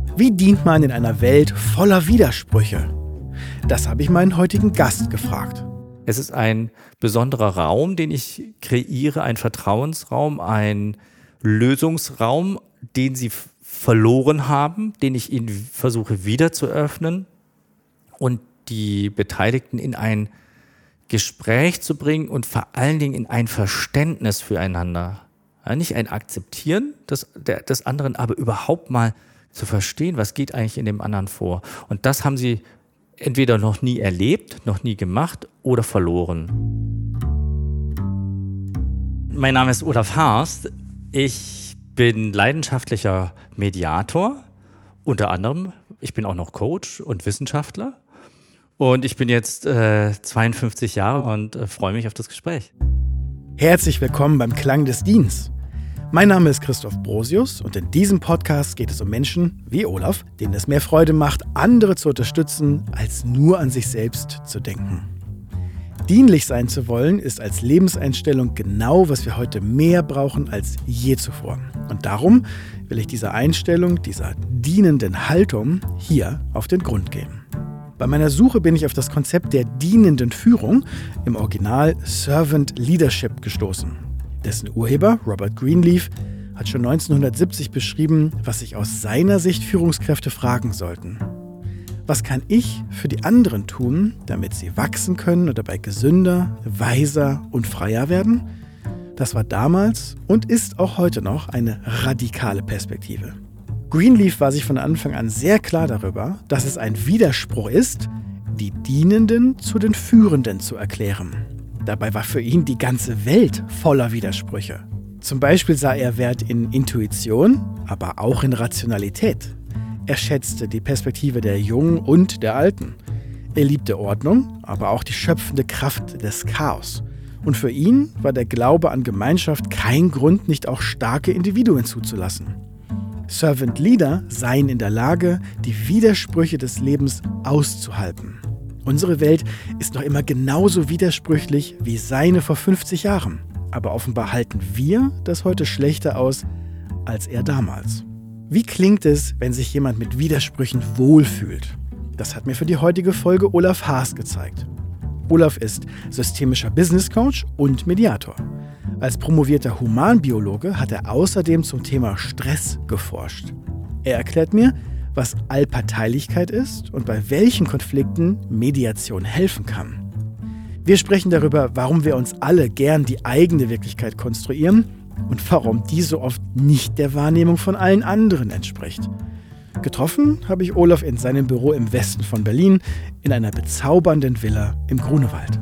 Wie dient man in einer Welt voller Widersprüche? Das habe ich meinen heutigen Gast gefragt. Es ist ein besonderer Raum, den ich kreiere, ein Vertrauensraum, ein Lösungsraum, den Sie verloren haben, den ich Ihnen versuche wieder zu öffnen und die Beteiligten in ein Gespräch zu bringen und vor allen Dingen in ein Verständnis füreinander. Ja, nicht ein Akzeptieren des anderen, aber überhaupt mal zu verstehen, was geht eigentlich in dem anderen vor. Und das haben Sie entweder noch nie erlebt, noch nie gemacht oder verloren. Mein Name ist Olaf Harst. Ich bin leidenschaftlicher Mediator, unter anderem. Ich bin auch noch Coach und Wissenschaftler. Und ich bin jetzt 52 Jahre und freue mich auf das Gespräch. Herzlich willkommen beim Klang des Dienstes. Mein Name ist Christoph Brosius und in diesem Podcast geht es um Menschen wie Olaf, denen es mehr Freude macht, andere zu unterstützen, als nur an sich selbst zu denken. Dienlich sein zu wollen, ist als Lebenseinstellung genau, was wir heute mehr brauchen als je zuvor. Und darum will ich dieser Einstellung, dieser dienenden Haltung hier auf den Grund gehen. Bei meiner Suche bin ich auf das Konzept der dienenden Führung, im Original Servant Leadership, gestoßen. Dessen Urheber, Robert Greenleaf, hat schon 1970 beschrieben, was sich aus seiner Sicht Führungskräfte fragen sollten. Was kann ich für die anderen tun, damit sie wachsen können und dabei gesünder, weiser und freier werden? Das war damals und ist auch heute noch eine radikale Perspektive. Greenleaf war sich von Anfang an sehr klar darüber, dass es ein Widerspruch ist, die Dienenden zu den Führenden zu erklären. Dabei war für ihn die ganze Welt voller Widersprüche. Zum Beispiel sah er Wert in Intuition, aber auch in Rationalität. Er schätzte die Perspektive der Jungen und der Alten. Er liebte Ordnung, aber auch die schöpfende Kraft des Chaos. Und für ihn war der Glaube an Gemeinschaft kein Grund, nicht auch starke Individuen zuzulassen. Servant Leader seien in der Lage, die Widersprüche des Lebens auszuhalten. Unsere Welt ist noch immer genauso widersprüchlich wie seine vor 50 Jahren. Aber offenbar halten wir das heute schlechter aus als er damals. Wie klingt es, wenn sich jemand mit Widersprüchen wohlfühlt? Das hat mir für die heutige Folge Olaf Harst gezeigt. Olaf ist systemischer Business Coach und Mediator. Als promovierter Humanbiologe hat er außerdem zum Thema Stress geforscht. Er erklärt mir, was Allparteilichkeit ist und bei welchen Konflikten Mediation helfen kann. Wir sprechen darüber, warum wir uns alle gern die eigene Wirklichkeit konstruieren und warum die so oft nicht der Wahrnehmung von allen anderen entspricht. Getroffen habe ich Olaf in seinem Büro im Westen von Berlin in einer bezaubernden Villa im Grunewald.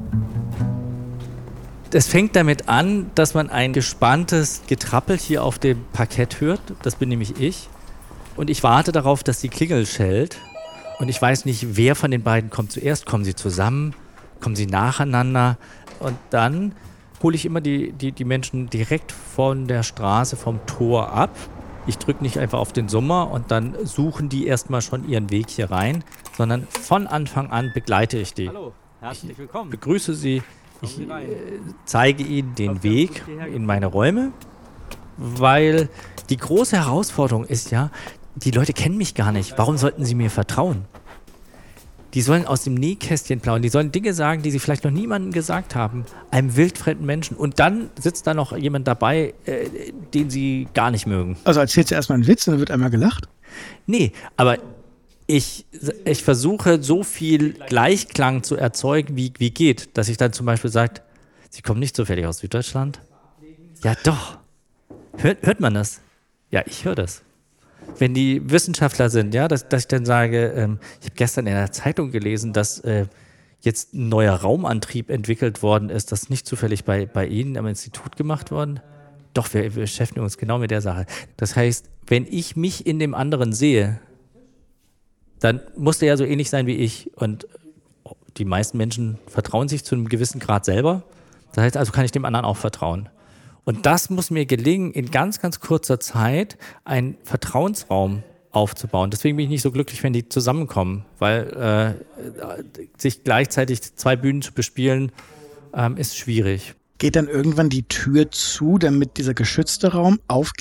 Es fängt damit an, dass man ein gespanntes Getrappel hier auf dem Parkett hört. Das bin nämlich ich. Und ich warte darauf, dass die Klingel schellt. Und ich weiß nicht, wer von den beiden kommt zuerst. Kommen sie zusammen? Kommen sie nacheinander? Und dann hole ich immer die Menschen direkt von der Straße, vom Tor ab. Ich drücke nicht einfach auf den Summer und dann suchen die erstmal schon ihren Weg hier rein, sondern von Anfang an begleite ich die. Hallo, herzlich willkommen. Ich begrüße sie. Ich zeige ihnen den Weg in meine Räume, weil die große Herausforderung ist ja, die Leute kennen mich gar nicht. Warum sollten sie mir vertrauen? Die sollen aus dem Nähkästchen plaudern. Die sollen Dinge sagen, die sie vielleicht noch niemandem gesagt haben. Einem wildfremden Menschen. Und dann sitzt da noch jemand dabei, den sie gar nicht mögen. Also erzählst du erstmal einen Witz und dann wird einmal gelacht? Nee, aber ich versuche so viel Gleichklang zu erzeugen, wie geht. Dass ich dann zum Beispiel sage, Sie kommen nicht zufällig aus Süddeutschland? Ja doch. Hört man das? Ja, ich höre das. Wenn die Wissenschaftler sind, ja, dass ich dann sage, ich habe gestern in der Zeitung gelesen, dass jetzt ein neuer Raumantrieb entwickelt worden ist, das ist nicht zufällig bei Ihnen am Institut gemacht worden. Doch, wir beschäftigen uns genau mit der Sache. Das heißt, wenn ich mich in dem anderen sehe, dann muss der ja so ähnlich sein wie ich. Und die meisten Menschen vertrauen sich zu einem gewissen Grad selber. Das heißt, also kann ich dem anderen auch vertrauen. Und das muss mir gelingen, in ganz, ganz kurzer Zeit einen Vertrauensraum aufzubauen. Deswegen bin ich nicht so glücklich, wenn die zusammenkommen, weil sich gleichzeitig 2 Bühnen zu bespielen, ist schwierig. Geht dann irgendwann die Tür zu, damit dieser geschützte Raum aufgeht?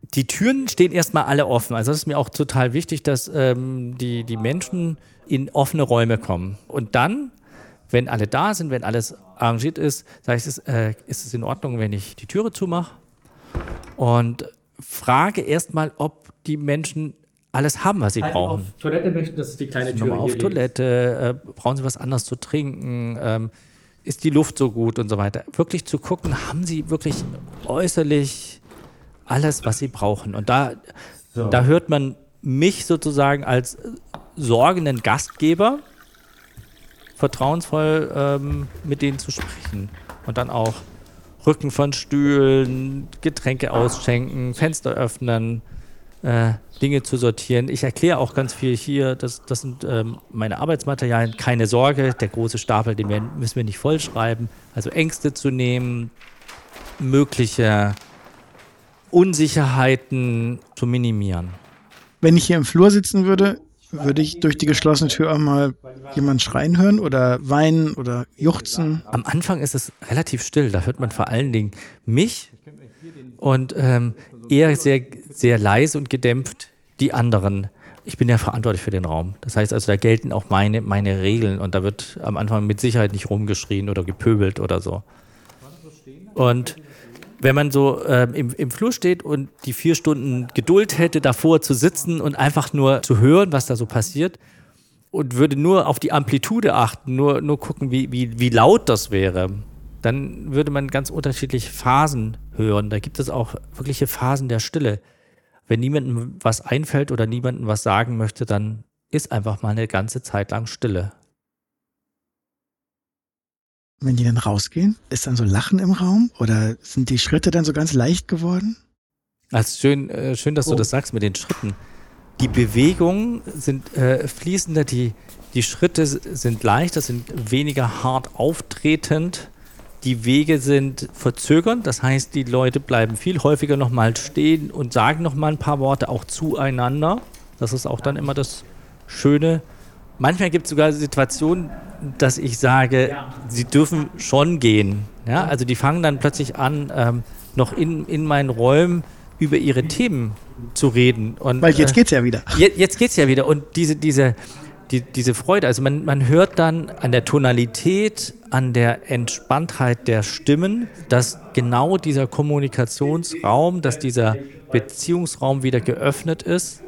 Die Türen stehen erstmal alle offen. Also das ist mir auch total wichtig, dass die Menschen in offene Räume kommen. Und dann, wenn alle da sind, wenn alles arrangiert ist, sage ich, ist es in Ordnung, wenn ich die Türe zumache? Und frage erstmal, ob die Menschen alles haben, was sie brauchen. Auf Toilette möchten, das ist die kleine Tür. Nochmal auf Toilette, brauchen sie was anderes zu trinken, ist die Luft so gut und so weiter. Wirklich zu gucken, haben sie wirklich äußerlich alles, was sie brauchen. Und da hört man mich sozusagen als sorgenden Gastgeber vertrauensvoll mit denen zu sprechen. Und dann auch Rücken von Stühlen, Getränke ausschenken, Fenster öffnen, Dinge zu sortieren. Ich erkläre auch ganz viel hier, das sind meine Arbeitsmaterialien, keine Sorge, der große Stapel, den müssen wir nicht vollschreiben. Also Ängste zu nehmen, mögliche Unsicherheiten zu minimieren. Wenn ich hier im Flur sitzen würde, würde ich durch die geschlossene Tür auch mal jemanden schreien hören oder weinen oder juchzen? Am Anfang ist es relativ still, da hört man vor allen Dingen mich und eher sehr, sehr leise und gedämpft die anderen. Ich bin ja verantwortlich für den Raum. Das heißt also, da gelten auch meine Regeln und da wird am Anfang mit Sicherheit nicht rumgeschrien oder gepöbelt oder so. Und wenn man so im Flur steht und die 4 Stunden Geduld hätte, davor zu sitzen und einfach nur zu hören, was da so passiert und würde nur auf die Amplitude achten, nur gucken, wie laut das wäre, dann würde man ganz unterschiedliche Phasen hören. Da gibt es auch wirkliche Phasen der Stille. Wenn niemandem was einfällt oder niemandem was sagen möchte, dann ist einfach mal eine ganze Zeit lang Stille. Wenn die dann rausgehen, ist dann so Lachen im Raum oder sind die Schritte dann so ganz leicht geworden? Also schön, dass du das sagst mit den Schritten. Die Bewegungen sind fließender, die Schritte sind leichter, sind weniger hart auftretend. Die Wege sind verzögernd, das heißt, die Leute bleiben viel häufiger nochmal stehen und sagen nochmal ein paar Worte auch zueinander. Das ist auch dann immer das Schöne. Manchmal gibt es sogar Situationen, dass ich sage, sie dürfen schon gehen. Ja? Also die fangen dann plötzlich an, noch in meinen Räumen über ihre Themen zu reden. Und, weil jetzt geht's ja wieder. Jetzt geht's ja wieder. Und diese Freude, also man hört dann an der Tonalität, an der Entspanntheit der Stimmen, dass genau dieser Kommunikationsraum, dass dieser Beziehungsraum wieder geöffnet ist,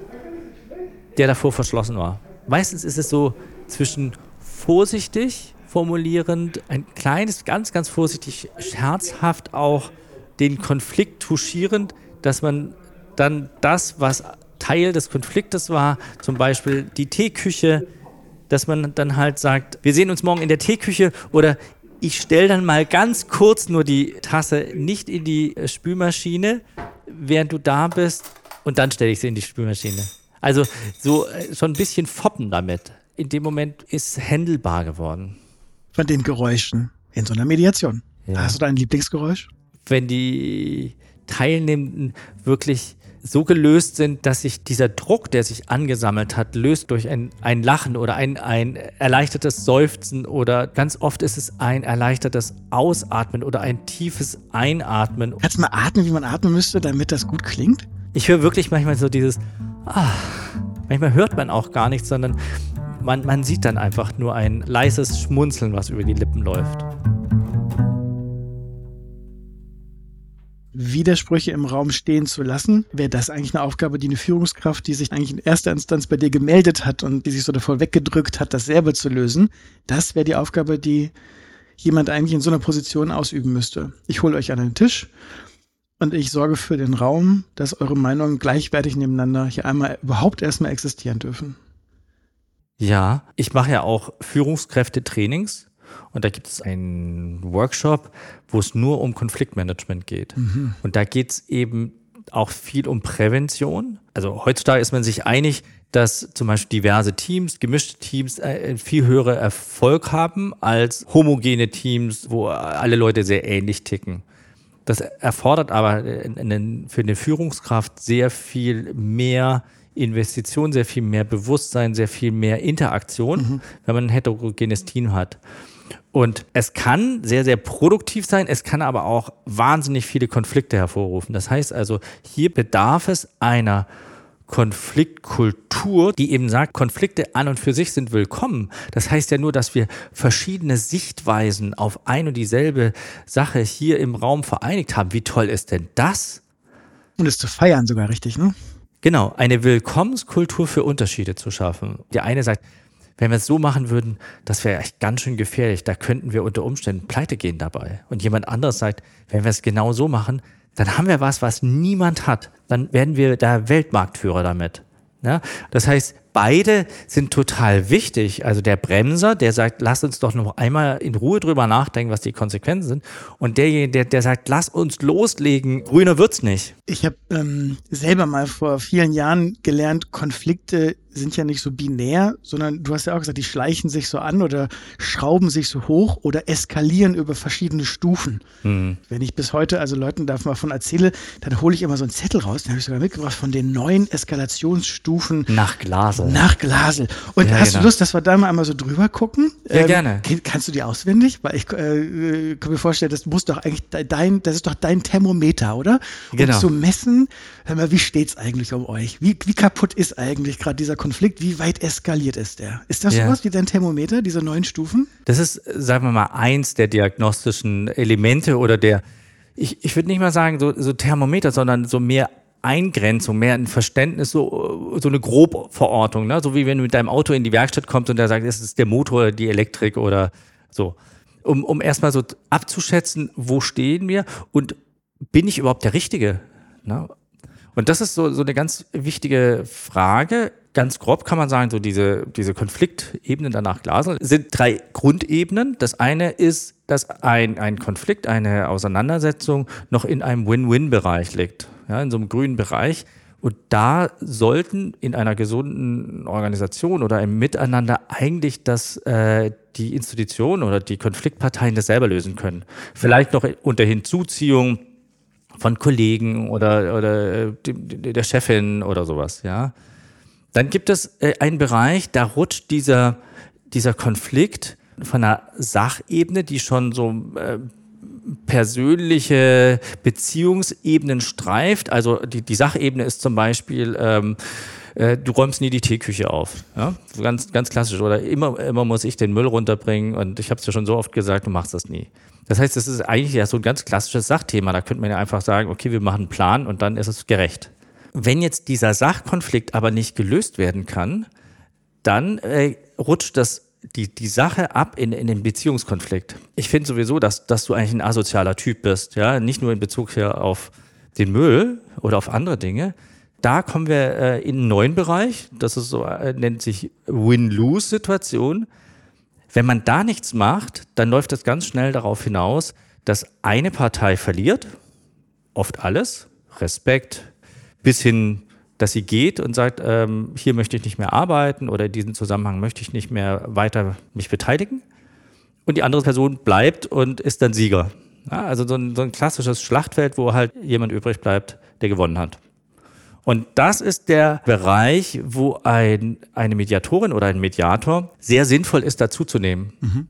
der davor verschlossen war. Meistens ist es so zwischen vorsichtig formulierend, ein kleines, ganz, ganz vorsichtig, scherzhaft auch den Konflikt touchierend, dass man dann das, was Teil des Konfliktes war, zum Beispiel die Teeküche, dass man dann halt sagt, wir sehen uns morgen in der Teeküche oder ich stelle dann mal ganz kurz nur die Tasse nicht in die Spülmaschine, während du da bist und dann stelle ich sie in die Spülmaschine. Also so schon ein bisschen foppen damit. In dem Moment ist es händelbar geworden. Von den Geräuschen in so einer Mediation. Ja. Hast du da ein Lieblingsgeräusch? Wenn die Teilnehmenden wirklich so gelöst sind, dass sich dieser Druck, der sich angesammelt hat, löst durch ein Lachen oder ein erleichtertes Seufzen oder ganz oft ist es ein erleichtertes Ausatmen oder ein tiefes Einatmen. Kannst du mal atmen, wie man atmen müsste, damit das gut klingt? Ich höre wirklich manchmal so dieses manchmal hört man auch gar nichts, sondern man sieht dann einfach nur ein leises Schmunzeln, was über die Lippen läuft. Widersprüche im Raum stehen zu lassen, wäre das eigentlich eine Aufgabe, die eine Führungskraft, die sich eigentlich in erster Instanz bei dir gemeldet hat und die sich so davor weggedrückt hat, das selber zu lösen, das wäre die Aufgabe, die jemand eigentlich in so einer Position ausüben müsste. Ich hole euch an den Tisch und ich sorge für den Raum, dass eure Meinungen gleichwertig nebeneinander hier einmal überhaupt erstmal existieren dürfen. Ja, ich mache ja auch Führungskräftetrainings und da gibt es einen Workshop, wo es nur um Konfliktmanagement geht. Mhm. Und da geht es eben auch viel um Prävention. Also heutzutage ist man sich einig, dass zum Beispiel diverse Teams, gemischte Teams viel höhere Erfolg haben als homogene Teams, wo alle Leute sehr ähnlich ticken. Das erfordert aber für eine Führungskraft sehr viel mehr Investition, sehr viel mehr Bewusstsein, sehr viel mehr Interaktion, wenn man ein heterogenes Team hat. Und es kann sehr, sehr produktiv sein, es kann aber auch wahnsinnig viele Konflikte hervorrufen. Das heißt also, hier bedarf es einer Konfliktkultur, die eben sagt, Konflikte an und für sich sind willkommen. Das heißt ja nur, dass wir verschiedene Sichtweisen auf ein und dieselbe Sache hier im Raum vereinigt haben. Wie toll ist denn das? Und es zu feiern sogar richtig, ne? Genau, eine Willkommenskultur für Unterschiede zu schaffen. Der eine sagt, wenn wir es so machen würden, das wäre echt ganz schön gefährlich, da könnten wir unter Umständen pleite gehen dabei. Und jemand anderes sagt, wenn wir es genau so machen, dann haben wir was niemand hat. Dann werden wir da Weltmarktführer damit. Ja? Das heißt, beide sind total wichtig. Also der Bremser, der sagt, lass uns doch noch einmal in Ruhe drüber nachdenken, was die Konsequenzen sind. Und derjenige, der sagt, lass uns loslegen, grüner wird's nicht. Ich habe selber mal vor vielen Jahren gelernt, Konflikte sind ja nicht so binär, sondern du hast ja auch gesagt, die schleichen sich so an oder schrauben sich so hoch oder eskalieren über verschiedene Stufen. Wenn ich bis heute also Leuten davon erzähle, dann hole ich immer so einen Zettel raus, den habe ich sogar mitgebracht, von den 9 Eskalationsstufen nach Glasel. Und ja, hast du Lust, dass wir da mal einmal so drüber gucken? Ja, gerne. Kannst du die auswendig? Weil ich kann mir vorstellen, das muss doch eigentlich das ist doch dein Thermometer, oder? Genau. Um zu messen, hör mal, wie steht's eigentlich um euch? Wie kaputt ist eigentlich gerade dieser Konflikt? Wie weit eskaliert ist der? Ist das sowas wie dein Thermometer, diese 9 Stufen? Das ist, sagen wir mal, eins der diagnostischen Elemente oder ich würde nicht mal sagen so Thermometer, sondern so mehr Eingrenzung, mehr ein Verständnis, so eine Grobverortung, ne? So wie wenn du mit deinem Auto in die Werkstatt kommst und der sagt, es ist der Motor oder die Elektrik oder so. Um erstmal so abzuschätzen, wo stehen wir und bin ich überhaupt der Richtige? Ne? Und das ist so eine ganz wichtige Frage. Ganz grob kann man sagen, so diese Konfliktebenen danach Glasel sind 3 Grundebenen. Das eine ist, dass ein Konflikt, eine Auseinandersetzung noch in einem Win-Win-Bereich liegt, ja, in so einem grünen Bereich. Und da sollten in einer gesunden Organisation oder im Miteinander eigentlich die Institutionen oder die Konfliktparteien das selber lösen können. Vielleicht noch unter Hinzuziehung von Kollegen oder der Chefin oder sowas, ja. Dann gibt es einen Bereich, da rutscht dieser Konflikt von einer Sachebene, die schon so persönliche Beziehungsebenen streift. Also die Sachebene ist zum Beispiel, du räumst nie die Teeküche auf. Ja? So ganz, ganz klassisch. Oder immer muss ich den Müll runterbringen und ich habe es ja schon so oft gesagt, du machst das nie. Das heißt, das ist eigentlich ja so ein ganz klassisches Sachthema. Da könnte man ja einfach sagen, okay, wir machen einen Plan und dann ist es gerecht. Wenn jetzt dieser Sachkonflikt aber nicht gelöst werden kann, dann rutscht die Sache ab in den Beziehungskonflikt. Ich finde sowieso, dass du eigentlich ein asozialer Typ bist, ja, nicht nur in Bezug hier auf den Müll oder auf andere Dinge. Da kommen wir in einen neuen Bereich, das ist so, nennt sich Win-Lose-Situation. Wenn man da nichts macht, dann läuft das ganz schnell darauf hinaus, dass eine Partei verliert, oft alles, Respekt, bis hin, dass sie geht und sagt, hier möchte ich nicht mehr arbeiten oder in diesem Zusammenhang möchte ich nicht mehr weiter mich beteiligen. Und die andere Person bleibt und ist dann Sieger. Ja, also so ein klassisches Schlachtfeld, wo halt jemand übrig bleibt, der gewonnen hat. Und das ist der Bereich, wo eine Mediatorin oder ein Mediator sehr sinnvoll ist, dazuzunehmen.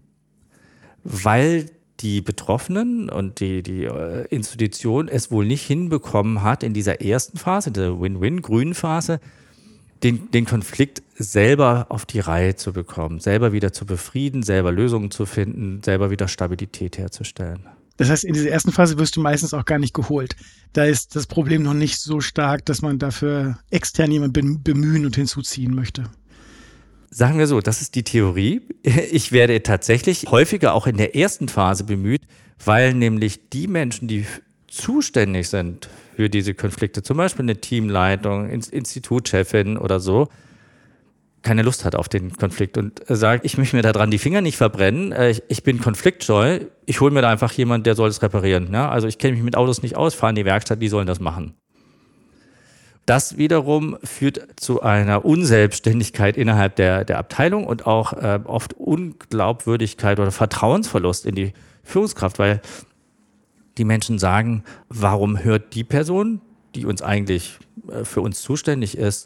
Weil die Betroffenen und die Institution es wohl nicht hinbekommen hat, in dieser ersten Phase, der Win-Win-grünen Phase, den Konflikt selber auf die Reihe zu bekommen, selber wieder zu befrieden, selber Lösungen zu finden, selber wieder Stabilität herzustellen. Das heißt, in dieser ersten Phase wirst du meistens auch gar nicht geholt. Da ist das Problem noch nicht so stark, dass man dafür extern jemanden bemühen und hinzuziehen möchte. Sagen wir so, das ist die Theorie. Ich werde tatsächlich häufiger auch in der ersten Phase bemüht, weil nämlich die Menschen, die zuständig sind für diese Konflikte, zum Beispiel eine Teamleitung, Institutchefin oder so, keine Lust hat auf den Konflikt und sagt, ich möchte mir daran die Finger nicht verbrennen, ich bin konfliktscheu, ich hole mir da einfach jemanden, der soll es reparieren. Ja? Also ich kenne mich mit Autos nicht aus, fahre in die Werkstatt, die sollen das machen. Das wiederum führt zu einer Unselbstständigkeit innerhalb der Abteilung und auch oft Unglaubwürdigkeit oder Vertrauensverlust in die Führungskraft, weil die Menschen sagen, warum hört die Person, die uns eigentlich für uns zuständig ist,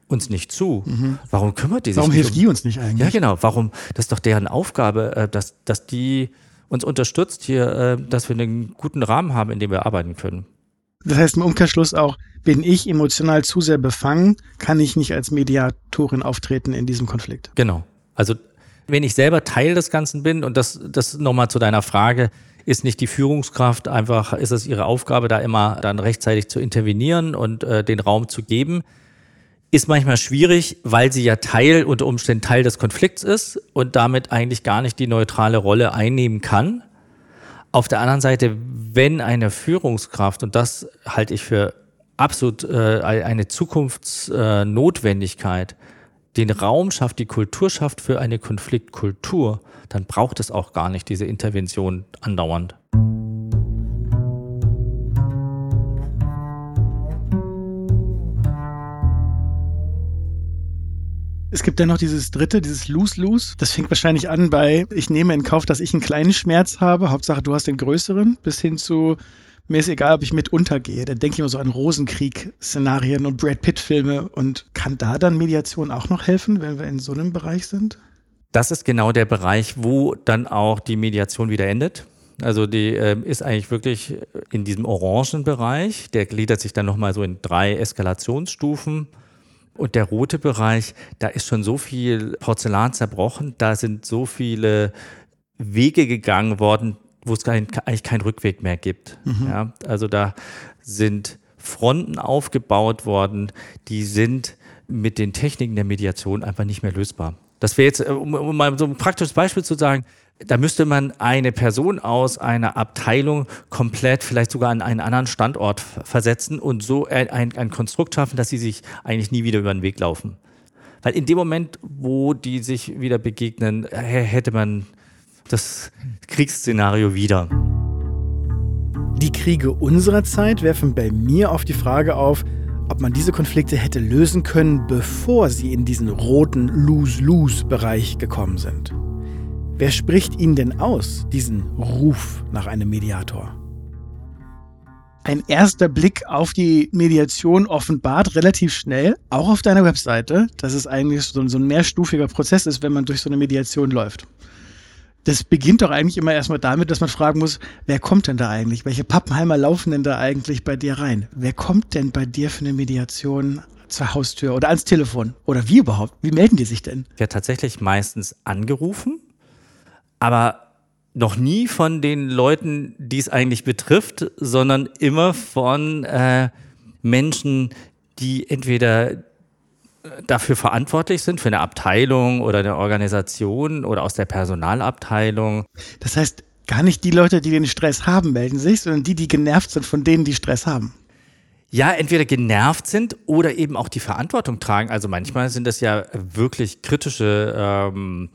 uns nicht zu. Warum kümmert die sich Warum nicht hilft die uns nicht eigentlich? Ja, genau. Warum? Das ist doch deren Aufgabe, dass die uns unterstützt hier, dass wir einen guten Rahmen haben, in dem wir arbeiten können. Das heißt im Umkehrschluss auch, bin ich emotional zu sehr befangen, kann ich nicht als Mediatorin auftreten in diesem Konflikt. Genau. Also wenn ich selber Teil des Ganzen bin, und das nochmal zu deiner Frage, ist nicht die Führungskraft einfach, ist es ihre Aufgabe, da immer dann rechtzeitig zu intervenieren und den Raum zu geben, ist manchmal schwierig, weil sie ja unter Umständen Teil des Konflikts ist und damit eigentlich gar nicht die neutrale Rolle einnehmen kann. Auf der anderen Seite, wenn eine Führungskraft, und das halte ich für absolut eine Zukunftsnotwendigkeit, den Raum schafft, die Kultur schafft für eine Konfliktkultur, dann braucht es auch gar nicht diese Intervention andauernd. Es gibt dann noch dieses dritte, dieses Lose-Lose. Das fängt wahrscheinlich an bei, ich nehme in Kauf, dass ich einen kleinen Schmerz habe, Hauptsache du hast den größeren, bis hin zu, mir ist egal, ob ich mit untergehe. Dann denke ich immer so an Rosenkrieg-Szenarien und Brad Pitt-Filme. Und kann da dann Mediation auch noch helfen, wenn wir in so einem Bereich sind? Das ist genau der Bereich, wo dann auch die Mediation wieder endet. Also die ist eigentlich wirklich in diesem orangen Bereich. Der gliedert sich dann nochmal so in 3 Eskalationsstufen. Und der rote Bereich, da ist schon so viel Porzellan zerbrochen, da sind so viele Wege gegangen worden, wo es eigentlich keinen Rückweg mehr gibt. Ja, also da sind Fronten aufgebaut worden, die sind mit den Techniken der Mediation einfach nicht mehr lösbar. Das wäre jetzt, um mal so ein praktisches Beispiel zu sagen, da müsste man eine Person aus einer Abteilung komplett vielleicht sogar an einen anderen Standort versetzen und so ein Konstrukt schaffen, dass sie sich eigentlich nie wieder über den Weg laufen. Weil in dem Moment, wo die sich wieder begegnen, hätte man das Kriegsszenario wieder. Die Kriege unserer Zeit werfen bei mir auf die Frage auf, ob man diese Konflikte hätte lösen können, bevor sie in diesen roten Lose-Lose-Bereich gekommen sind. Wer spricht ihn denn aus, diesen Ruf nach einem Mediator? Ein erster Blick auf die Mediation offenbart relativ schnell, auch auf deiner Webseite, dass es eigentlich so ein mehrstufiger Prozess ist, wenn man durch so eine Mediation läuft. Das beginnt doch eigentlich immer erstmal damit, dass man fragen muss, wer kommt denn da eigentlich? Welche Pappenheimer laufen denn da eigentlich bei dir rein? Wer kommt denn bei dir für eine Mediation zur Haustür oder ans Telefon? Oder wie überhaupt? Wie melden die sich denn? Ich werde tatsächlich meistens angerufen, aber noch nie von den Leuten, die es eigentlich betrifft, sondern immer von Menschen, die entweder dafür verantwortlich sind, für eine Abteilung oder eine Organisation oder aus der Personalabteilung. Das heißt, gar nicht die Leute, die den Stress haben, melden sich, sondern die genervt sind von denen, die Stress haben. Ja, entweder genervt sind oder eben auch die Verantwortung tragen. Also manchmal sind das ja wirklich kritische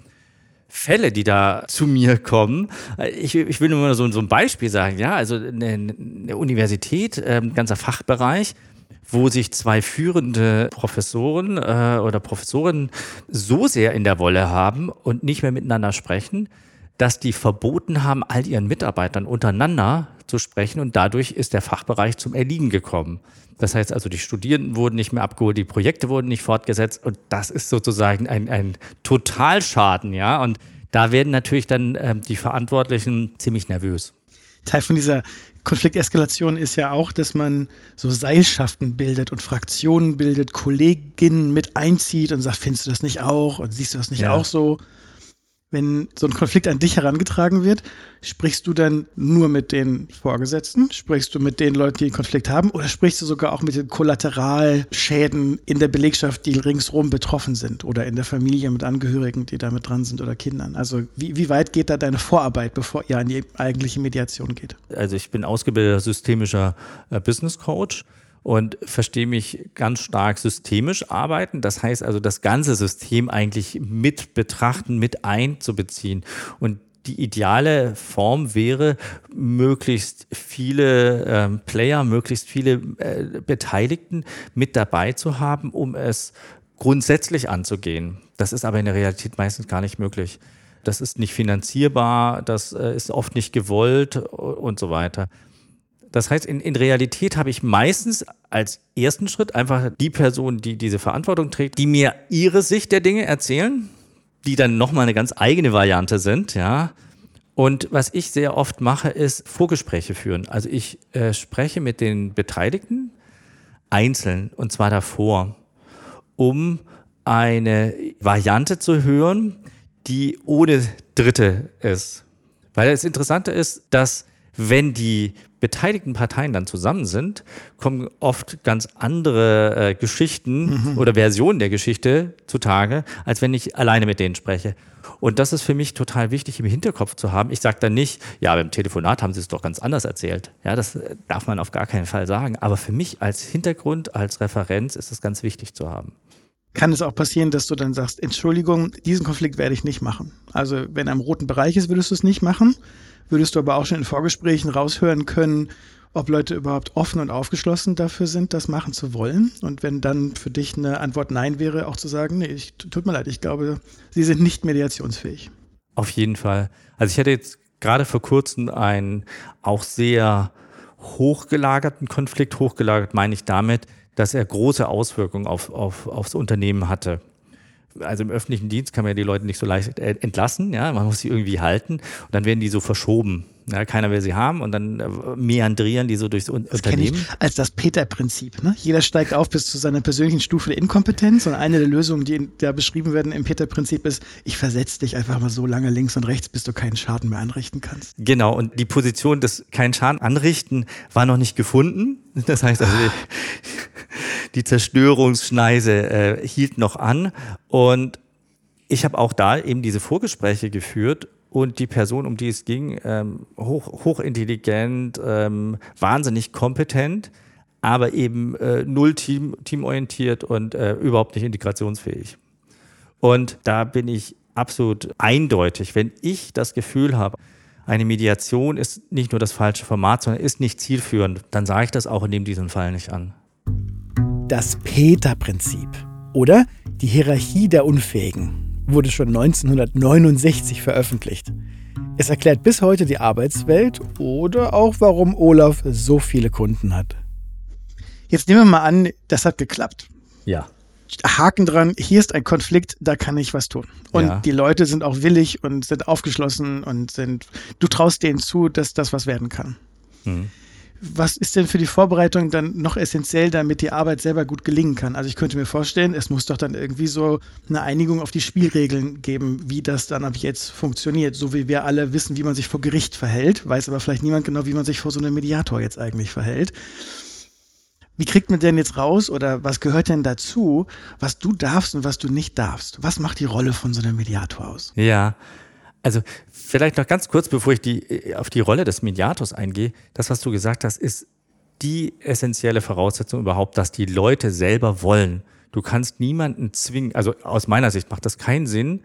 Fälle, die da zu mir kommen. Ich will nur mal so ein Beispiel sagen. Ja, also eine Universität, ein ganzer Fachbereich, wo sich 2 führende Professoren oder Professorinnen so sehr in der Wolle haben und nicht mehr miteinander sprechen, dass die verboten haben, all ihren Mitarbeitern untereinander zu sprechen, und dadurch ist der Fachbereich zum Erliegen gekommen. Das heißt also, die Studierenden wurden nicht mehr abgeholt, die Projekte wurden nicht fortgesetzt, und das ist sozusagen ein Totalschaden, ja. Und da werden natürlich dann die Verantwortlichen ziemlich nervös. Teil von dieser Konflikteskalation ist ja auch, dass man so Seilschaften bildet und Fraktionen bildet, Kolleginnen mit einzieht und sagt, findest du das nicht auch und siehst du das nicht auch so? Wenn so ein Konflikt an dich herangetragen wird, sprichst du dann nur mit den Vorgesetzten? Sprichst du mit den Leuten, die den Konflikt haben? Oder sprichst du sogar auch mit den Kollateralschäden in der Belegschaft, die ringsherum betroffen sind? Oder in der Familie mit Angehörigen, die damit dran sind, oder Kindern? Also wie weit geht da deine Vorarbeit, bevor ihr an die eigentliche Mediation geht? Also ich bin ausgebildeter systemischer Business Coach und verstehe mich ganz stark systemisch arbeiten. Das heißt also, das ganze System eigentlich mit betrachten, mit einzubeziehen. Und die ideale Form wäre, möglichst viele Player, möglichst viele Beteiligten mit dabei zu haben, um es grundsätzlich anzugehen. Das ist aber in der Realität meistens gar nicht möglich. Das ist nicht finanzierbar, das ist oft nicht gewollt und so weiter. Das heißt, in Realität habe ich meistens als ersten Schritt einfach die Person, die diese Verantwortung trägt, die mir ihre Sicht der Dinge erzählen, die dann nochmal eine ganz eigene Variante sind, ja. Und was ich sehr oft mache, ist Vorgespräche führen. Also ich spreche mit den Beteiligten einzeln, und zwar davor, um eine Variante zu hören, die ohne Dritte ist. Weil das Interessante ist, dass wenn die beteiligten Parteien dann zusammen sind, kommen oft ganz andere Geschichten oder Versionen der Geschichte zutage, als wenn ich alleine mit denen spreche. Und das ist für mich total wichtig im Hinterkopf zu haben. Ich sage dann nicht, ja, beim Telefonat haben sie es doch ganz anders erzählt. Ja, das darf man auf gar keinen Fall sagen. Aber für mich als Hintergrund, als Referenz ist es ganz wichtig zu haben. Kann es auch passieren, dass du dann sagst, Entschuldigung, diesen Konflikt werde ich nicht machen. Also wenn er im roten Bereich ist, würdest du es nicht machen. Würdest du aber auch schon in Vorgesprächen raushören können, ob Leute überhaupt offen und aufgeschlossen dafür sind, das machen zu wollen. Und wenn dann für dich eine Antwort Nein wäre, auch zu sagen, nee, tut mir leid, ich glaube, sie sind nicht mediationsfähig. Auf jeden Fall. Also ich hatte jetzt gerade vor kurzem einen auch sehr hochgelagerten Konflikt. Hochgelagert meine ich damit, dass er große Auswirkungen aufs Unternehmen hatte. Also im öffentlichen Dienst kann man ja die Leute nicht so leicht entlassen, ja, man muss sie irgendwie halten und dann werden die so verschoben. Ja, keiner will sie haben und dann meandrieren die so durchs Unternehmen. Das kenne ich als das Peter-Prinzip. Ne? Jeder steigt auf bis zu seiner persönlichen Stufe der Inkompetenz und eine der Lösungen, die da beschrieben werden im Peter-Prinzip ist, ich versetze dich einfach mal so lange links und rechts, bis du keinen Schaden mehr anrichten kannst. Genau, und die Position des keinen Schaden anrichten war noch nicht gefunden. Das heißt also, die Zerstörungsschneise hielt noch an und ich habe auch da eben diese Vorgespräche geführt. Und die Person, um die es ging, hochintelligent, wahnsinnig kompetent, aber eben null teamorientiert und überhaupt nicht integrationsfähig. Und da bin ich absolut eindeutig, wenn ich das Gefühl habe, eine Mediation ist nicht nur das falsche Format, sondern ist nicht zielführend, dann sage ich das auch in diesem Fall nicht an. Das Peter-Prinzip oder die Hierarchie der Unfähigen wurde schon 1969 veröffentlicht. Es erklärt bis heute die Arbeitswelt oder auch, warum Olaf so viele Kunden hat. Jetzt nehmen wir mal an, das hat geklappt. Ja. Haken dran, hier ist ein Konflikt, da kann ich was tun. Und die Leute sind auch willig und sind aufgeschlossen und du traust denen zu, dass das was werden kann. Mhm. Was ist denn für die Vorbereitung dann noch essentiell, damit die Arbeit selber gut gelingen kann? Also ich könnte mir vorstellen, es muss doch dann irgendwie so eine Einigung auf die Spielregeln geben, wie das dann ab jetzt funktioniert. So wie wir alle wissen, wie man sich vor Gericht verhält, weiß aber vielleicht niemand genau, wie man sich vor so einem Mediator jetzt eigentlich verhält. Wie kriegt man denn jetzt raus oder was gehört denn dazu, was du darfst und was du nicht darfst? Was macht die Rolle von so einem Mediator aus? Ja, also vielleicht noch ganz kurz, bevor ich auf die Rolle des Mediators eingehe. Das, was du gesagt hast, ist die essentielle Voraussetzung überhaupt, dass die Leute selber wollen. Du kannst niemanden zwingen, also aus meiner Sicht macht das keinen Sinn,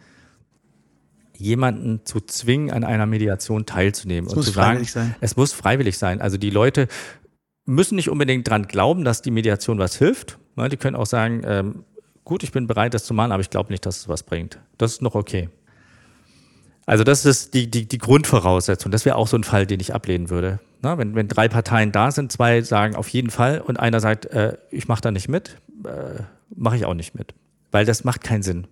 jemanden zu zwingen, an einer Mediation teilzunehmen. Es muss freiwillig sein. Es muss freiwillig sein. Also die Leute müssen nicht unbedingt dran glauben, dass die Mediation was hilft. Die können auch sagen, gut, ich bin bereit, das zu machen, aber ich glaube nicht, dass es was bringt. Das ist noch okay. Also das ist die Grundvoraussetzung. Das wäre auch so ein Fall, den ich ablehnen würde. Na, wenn 3 Parteien da sind, 2 sagen auf jeden Fall und einer sagt, ich mache da nicht mit, mache ich auch nicht mit. Weil das macht keinen Sinn.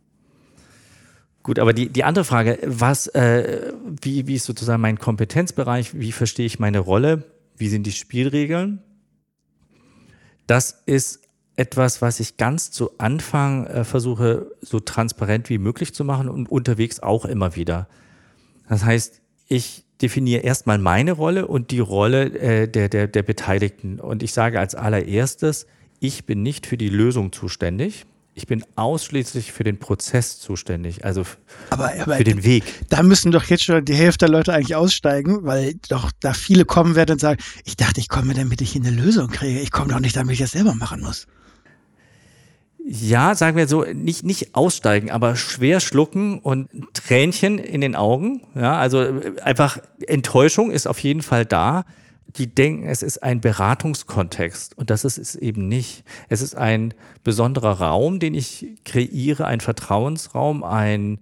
Gut, aber die andere Frage, wie ist sozusagen mein Kompetenzbereich, wie verstehe ich meine Rolle, wie sind die Spielregeln? Das ist etwas, was ich ganz zu Anfang versuche, so transparent wie möglich zu machen und unterwegs auch immer wieder. Das heißt, ich definiere erstmal meine Rolle und die Rolle der Beteiligten. Und ich sage als allererstes, ich bin nicht für die Lösung zuständig. Ich bin ausschließlich für den Prozess zuständig, also aber für den Weg. Da müssen doch jetzt schon die Hälfte der Leute eigentlich aussteigen, weil doch da viele kommen werden und sagen, ich dachte, ich komme, damit ich eine Lösung kriege. Ich komme doch nicht, damit ich das selber machen muss. Ja, sagen wir so, nicht aussteigen, aber schwer schlucken und Tränchen in den Augen. Ja, also einfach Enttäuschung ist auf jeden Fall da. Die denken, es ist ein Beratungskontext und das ist es eben nicht. Es ist ein besonderer Raum, den ich kreiere, ein Vertrauensraum, ein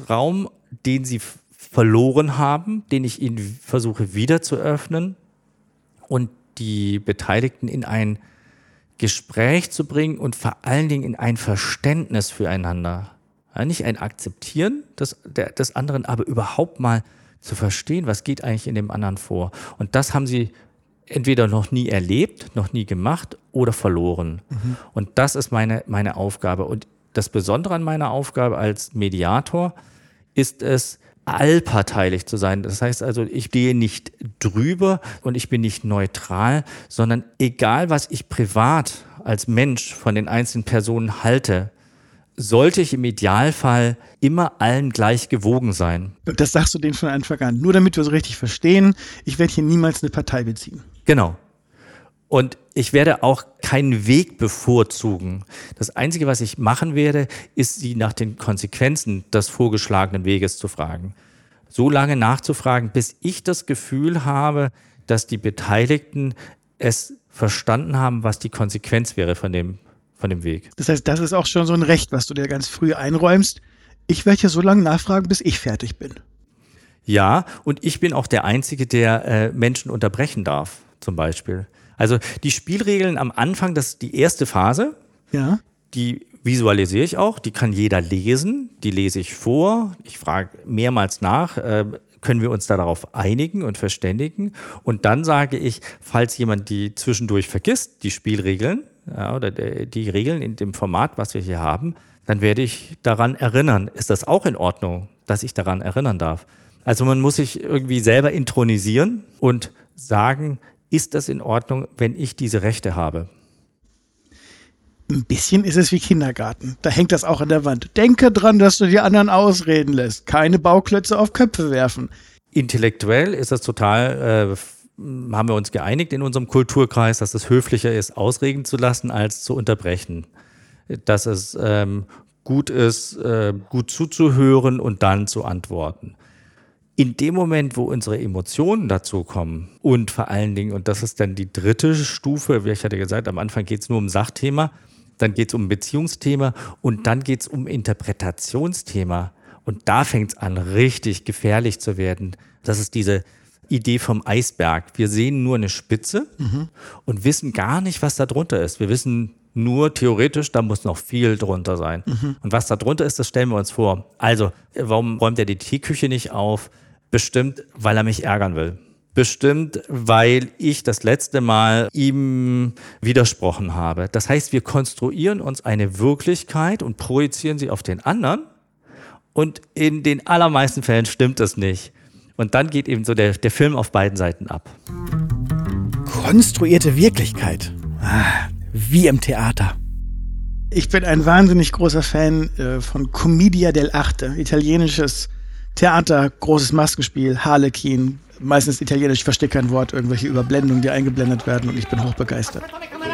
Lösungsraum, den sie verloren haben, den ich ihnen versuche wieder zu öffnen. und die Beteiligten in ein Gespräch zu bringen und vor allen Dingen in ein Verständnis füreinander. Ja, nicht ein Akzeptieren des anderen, aber überhaupt mal zu verstehen, was geht eigentlich in dem anderen vor. Und das haben sie entweder noch nie erlebt, noch nie gemacht oder verloren. Und das ist meine Aufgabe. Und das Besondere an meiner Aufgabe als Mediator ist es, allparteilich zu sein. Das heißt also, ich stehe nicht drüber und ich bin nicht neutral, sondern egal, was ich privat als Mensch von den einzelnen Personen halte, sollte ich im Idealfall immer allen gleich gewogen sein. Das sagst du denen von Anfang an. Nur damit wir so richtig verstehen, ich werde hier niemals eine Partei beziehen. Genau. Und ich werde auch keinen Weg bevorzugen. Das Einzige, was ich machen werde, ist, sie nach den Konsequenzen des vorgeschlagenen Weges zu fragen. So lange nachzufragen, bis ich das Gefühl habe, dass die Beteiligten es verstanden haben, was die Konsequenz wäre von dem Weg. Das heißt, das ist auch schon so ein Recht, was du dir ganz früh einräumst. Ich werde hier so lange nachfragen, bis ich fertig bin. Ja, und ich bin auch der Einzige, der Menschen unterbrechen darf, zum Beispiel. Also die Spielregeln am Anfang, das ist die erste Phase, ja. Die visualisiere ich auch, die kann jeder lesen, die lese ich vor, ich frage mehrmals nach, können wir uns darauf einigen und verständigen? Und dann sage ich, falls jemand die zwischendurch vergisst, die Spielregeln, ja, oder die Regeln in dem Format, was wir hier haben, dann werde ich daran erinnern. Ist das auch in Ordnung, dass ich daran erinnern darf? Also man muss sich irgendwie selber intronisieren und sagen, ist das in Ordnung, wenn ich diese Rechte habe? Ein bisschen ist es wie Kindergarten. Da hängt das auch an der Wand. Denke dran, dass du die anderen ausreden lässt. Keine Bauklötze auf Köpfe werfen. Intellektuell ist das total, haben wir uns geeinigt in unserem Kulturkreis, dass es höflicher ist, ausreden zu lassen, als zu unterbrechen. Dass es gut ist, gut zuzuhören und dann zu antworten. In dem Moment, wo unsere Emotionen dazu kommen und vor allen Dingen, und das ist dann die dritte Stufe, wie ich hatte gesagt, am Anfang geht es nur um Sachthema, dann geht es um Beziehungsthema und dann geht es um Interpretationsthema. Und da fängt es an, richtig gefährlich zu werden. Das ist diese Idee vom Eisberg. Wir sehen nur eine Spitze und wissen gar nicht, was da drunter ist. Wir wissen nur theoretisch, da muss noch viel drunter sein. Und was da drunter ist, das stellen wir uns vor. Also, warum räumt er die Teeküche nicht auf? Bestimmt, weil er mich ärgern will. Bestimmt, weil ich das letzte Mal ihm widersprochen habe. Das heißt, wir konstruieren uns eine Wirklichkeit und projizieren sie auf den anderen. Und in den allermeisten Fällen stimmt es nicht. Und dann geht eben so der Film auf beiden Seiten ab. Konstruierte Wirklichkeit. Wie im Theater. Ich bin ein wahnsinnig großer Fan von Commedia dell'arte, italienisches Theater, großes Maskenspiel, Harlekin, meistens italienisch, ich verstehe kein Wort, irgendwelche Überblendungen, die eingeblendet werden und ich bin hochbegeistert.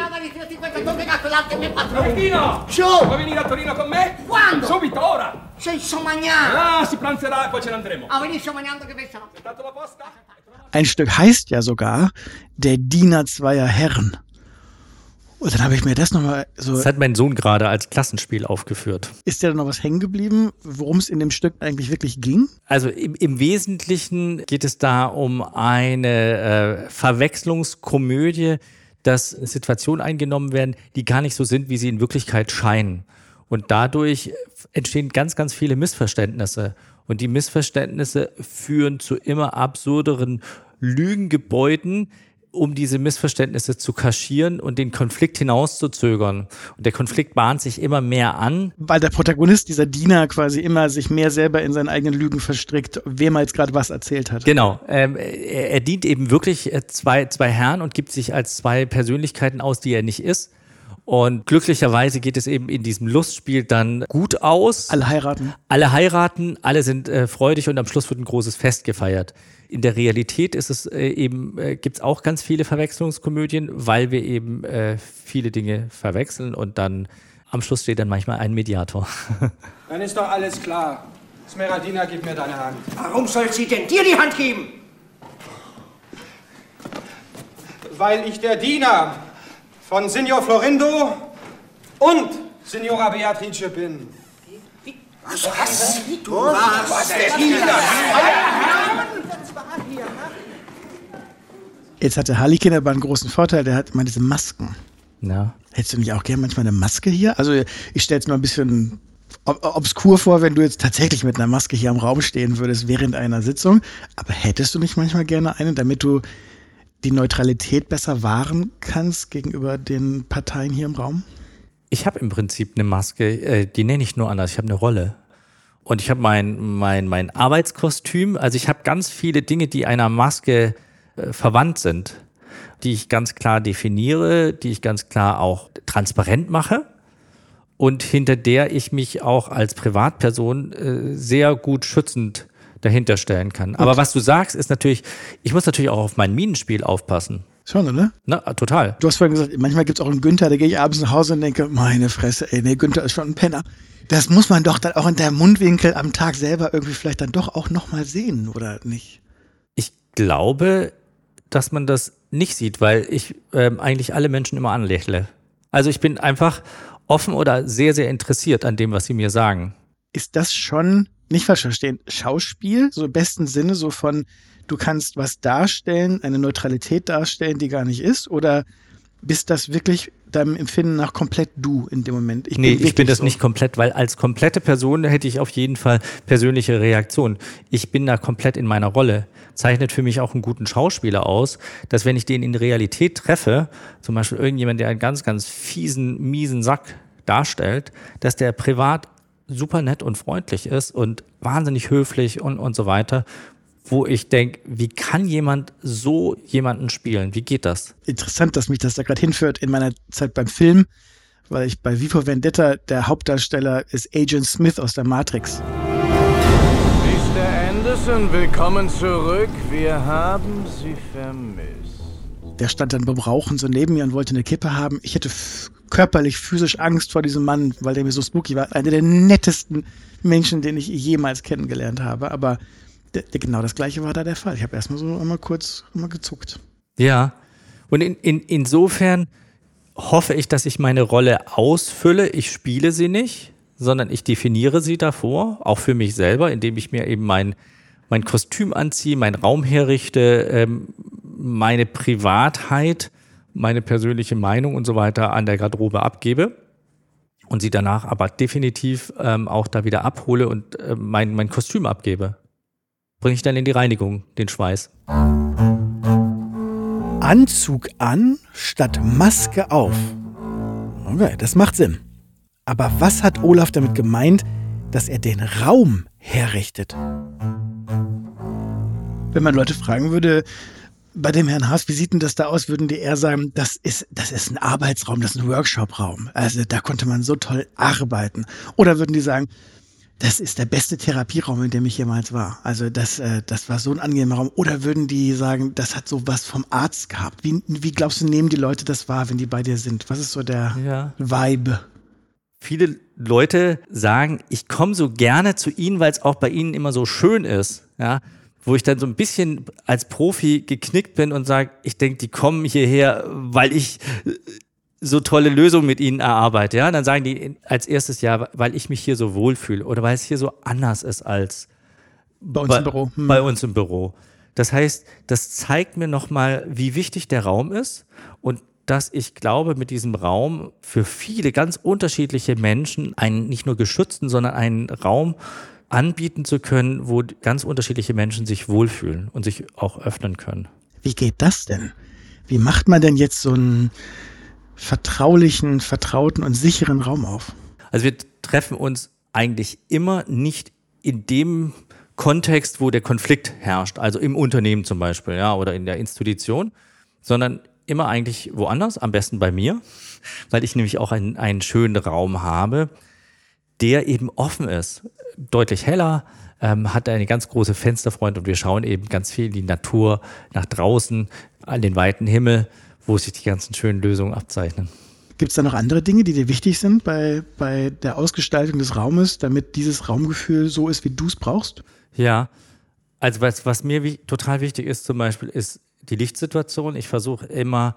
Martino! Su! Vuoi venire a Torino con me? Quando? Subito, ora! Senso mañana! Ah, si pranzerà e poi ce ne andremo. A venire sognando che pensa. Tanto la posta? Ein Stück heißt ja sogar Der Diener zweier Herren. Und dann habe ich mir das nochmal so... Das hat mein Sohn gerade als Klassenspiel aufgeführt. Ist dir da noch was hängen geblieben, worum es in dem Stück eigentlich wirklich ging? Also im Wesentlichen geht es da um eine Verwechslungskomödie, dass Situationen eingenommen werden, die gar nicht so sind, wie sie in Wirklichkeit scheinen. Und dadurch entstehen ganz, ganz viele Missverständnisse. Und die Missverständnisse führen zu immer absurderen Lügengebäuden, um diese Missverständnisse zu kaschieren und den Konflikt hinauszuzögern. Und der Konflikt bahnt sich immer mehr an. Weil der Protagonist, dieser Diener, quasi immer sich mehr selber in seinen eigenen Lügen verstrickt, wem er jetzt gerade was erzählt hat. Genau. Er dient eben wirklich zwei Herren und gibt sich als zwei Persönlichkeiten aus, die er nicht ist. Und glücklicherweise geht es eben in diesem Lustspiel dann gut aus. Alle heiraten. Alle heiraten, alle sind freudig und am Schluss wird ein großes Fest gefeiert. In der Realität ist es gibt's auch ganz viele Verwechslungskomödien, weil wir eben viele Dinge verwechseln und dann am Schluss steht dann manchmal ein Mediator. Dann ist doch alles klar. Smeraldina, gib mir deine Hand. Warum soll sie denn dir die Hand geben? Weil ich der Diener von Signor Florindo und Signora Beatrice bin. Was? Du warst der Diener? Jetzt hatte Harlekin aber einen großen Vorteil, der hat immer diese Masken. Ja. Hättest du nicht auch gerne manchmal eine Maske hier? Also ich stelle es mir ein bisschen obskur vor, wenn du jetzt tatsächlich mit einer Maske hier im Raum stehen würdest während einer Sitzung. Aber hättest du nicht manchmal gerne eine, damit du die Neutralität besser wahren kannst gegenüber den Parteien hier im Raum? Ich habe im Prinzip eine Maske, die nenne ich nur anders. Ich habe eine Rolle. Und ich habe mein Arbeitskostüm. Also ich habe ganz viele Dinge, die einer Maske verwandt sind, die ich ganz klar definiere, die ich ganz klar auch transparent mache und hinter der ich mich auch als Privatperson sehr gut schützend dahinter stellen kann. Aber was du sagst, ist natürlich, ich muss natürlich auch auf mein Minenspiel aufpassen. Schon, oder? Na, total. Du hast vorhin gesagt, manchmal gibt es auch einen Günther, da gehe ich abends nach Hause und denke, meine Fresse, ey, nee, Günther ist schon ein Penner. Das muss man doch dann auch in der Mundwinkel am Tag selber irgendwie vielleicht dann doch auch nochmal sehen, oder nicht? Ich glaube, dass man das nicht sieht, weil ich eigentlich alle Menschen immer anlächle. Also ich bin einfach offen oder sehr, sehr interessiert an dem, was sie mir sagen. Ist das schon, nicht falsch verstehen, Schauspiel, so im besten Sinne, so von, du kannst was darstellen, eine Neutralität darstellen, die gar nicht ist, oder bist das wirklich deinem Empfinden nach komplett du in dem Moment? Ich bin das nicht komplett, weil als komplette Person hätte ich auf jeden Fall persönliche Reaktionen. Ich bin da komplett in meiner Rolle. Zeichnet für mich auch einen guten Schauspieler aus, dass wenn ich den in Realität treffe, zum Beispiel irgendjemand, der einen ganz, ganz miesen Sack darstellt, dass der privat super nett und freundlich ist und wahnsinnig höflich und so weiter, wo ich denke, wie kann jemand so jemanden spielen? Wie geht das? Interessant, dass mich das da gerade hinführt in meiner Zeit beim Film, weil ich bei V for Vendetta, der Hauptdarsteller ist Agent Smith aus der Matrix. Mr. Anderson, willkommen zurück. Wir haben Sie vermisst. Der stand dann beim Rauchen so neben mir und wollte eine Kippe haben. Ich hätte körperlich, physisch Angst vor diesem Mann, weil der mir so spooky war. Einer der nettesten Menschen, den ich jemals kennengelernt habe. Aber genau das Gleiche war da der Fall. Ich habe erstmal so einmal kurz gezuckt. Ja, und insofern hoffe ich, dass ich meine Rolle ausfülle. Ich spiele sie nicht, sondern ich definiere sie davor, auch für mich selber, indem ich mir eben mein Kostüm anziehe, meinen Raum herrichte, meine Privatheit, meine persönliche Meinung und so weiter an der Garderobe abgebe und sie danach aber definitiv auch da wieder abhole und mein Kostüm abgebe. Bringe ich dann in die Reinigung, den Schweiß. Anzug an statt Maske auf. Okay, das macht Sinn. Aber was hat Olaf damit gemeint, dass er den Raum herrichtet? Wenn man Leute fragen würde, bei dem Herrn Haas, wie sieht denn das da aus, würden die eher sagen, das ist ein Arbeitsraum, das ist ein Workshopraum. Also da konnte man so toll arbeiten. Oder würden die sagen, das ist der beste Therapieraum, in dem ich jemals war. Also das war so ein angenehmer Raum. Oder würden die sagen, das hat so was vom Arzt gehabt? Wie glaubst du, nehmen die Leute das wahr, wenn die bei dir sind? Was ist so der Vibe? Viele Leute sagen, ich komme so gerne zu ihnen, weil es auch bei ihnen immer so schön ist. Ja? Wo ich dann so ein bisschen als Profi geknickt bin und sage, ich denke, die kommen hierher, weil ich so tolle Lösungen mit ihnen erarbeite. Ja? Dann sagen die als erstes weil ich mich hier so wohlfühle oder weil es hier so anders ist als bei uns im Büro. Bei uns im Büro. Das heißt, das zeigt mir nochmal, wie wichtig der Raum ist und dass ich glaube, mit diesem Raum für viele ganz unterschiedliche Menschen einen nicht nur geschützten, sondern einen Raum anbieten zu können, wo ganz unterschiedliche Menschen sich wohlfühlen und sich auch öffnen können. Wie geht das denn? Wie macht man denn jetzt so einen vertraulichen, vertrauten und sicheren Raum auf? Also wir treffen uns eigentlich immer nicht in dem Kontext, wo der Konflikt herrscht, also im Unternehmen zum Beispiel, ja, oder in der Institution, sondern immer eigentlich woanders, am besten bei mir, weil ich nämlich auch einen schönen Raum habe, der eben offen ist, deutlich heller, hat eine ganz große Fensterfront und wir schauen eben ganz viel in die Natur, nach draußen, an den weiten Himmel, wo sich die ganzen schönen Lösungen abzeichnen. Gibt es da noch andere Dinge, die dir wichtig sind bei der Ausgestaltung des Raumes, damit dieses Raumgefühl so ist, wie du es brauchst? Ja, also was mir total wichtig ist zum Beispiel, ist die Lichtsituation. Ich versuche immer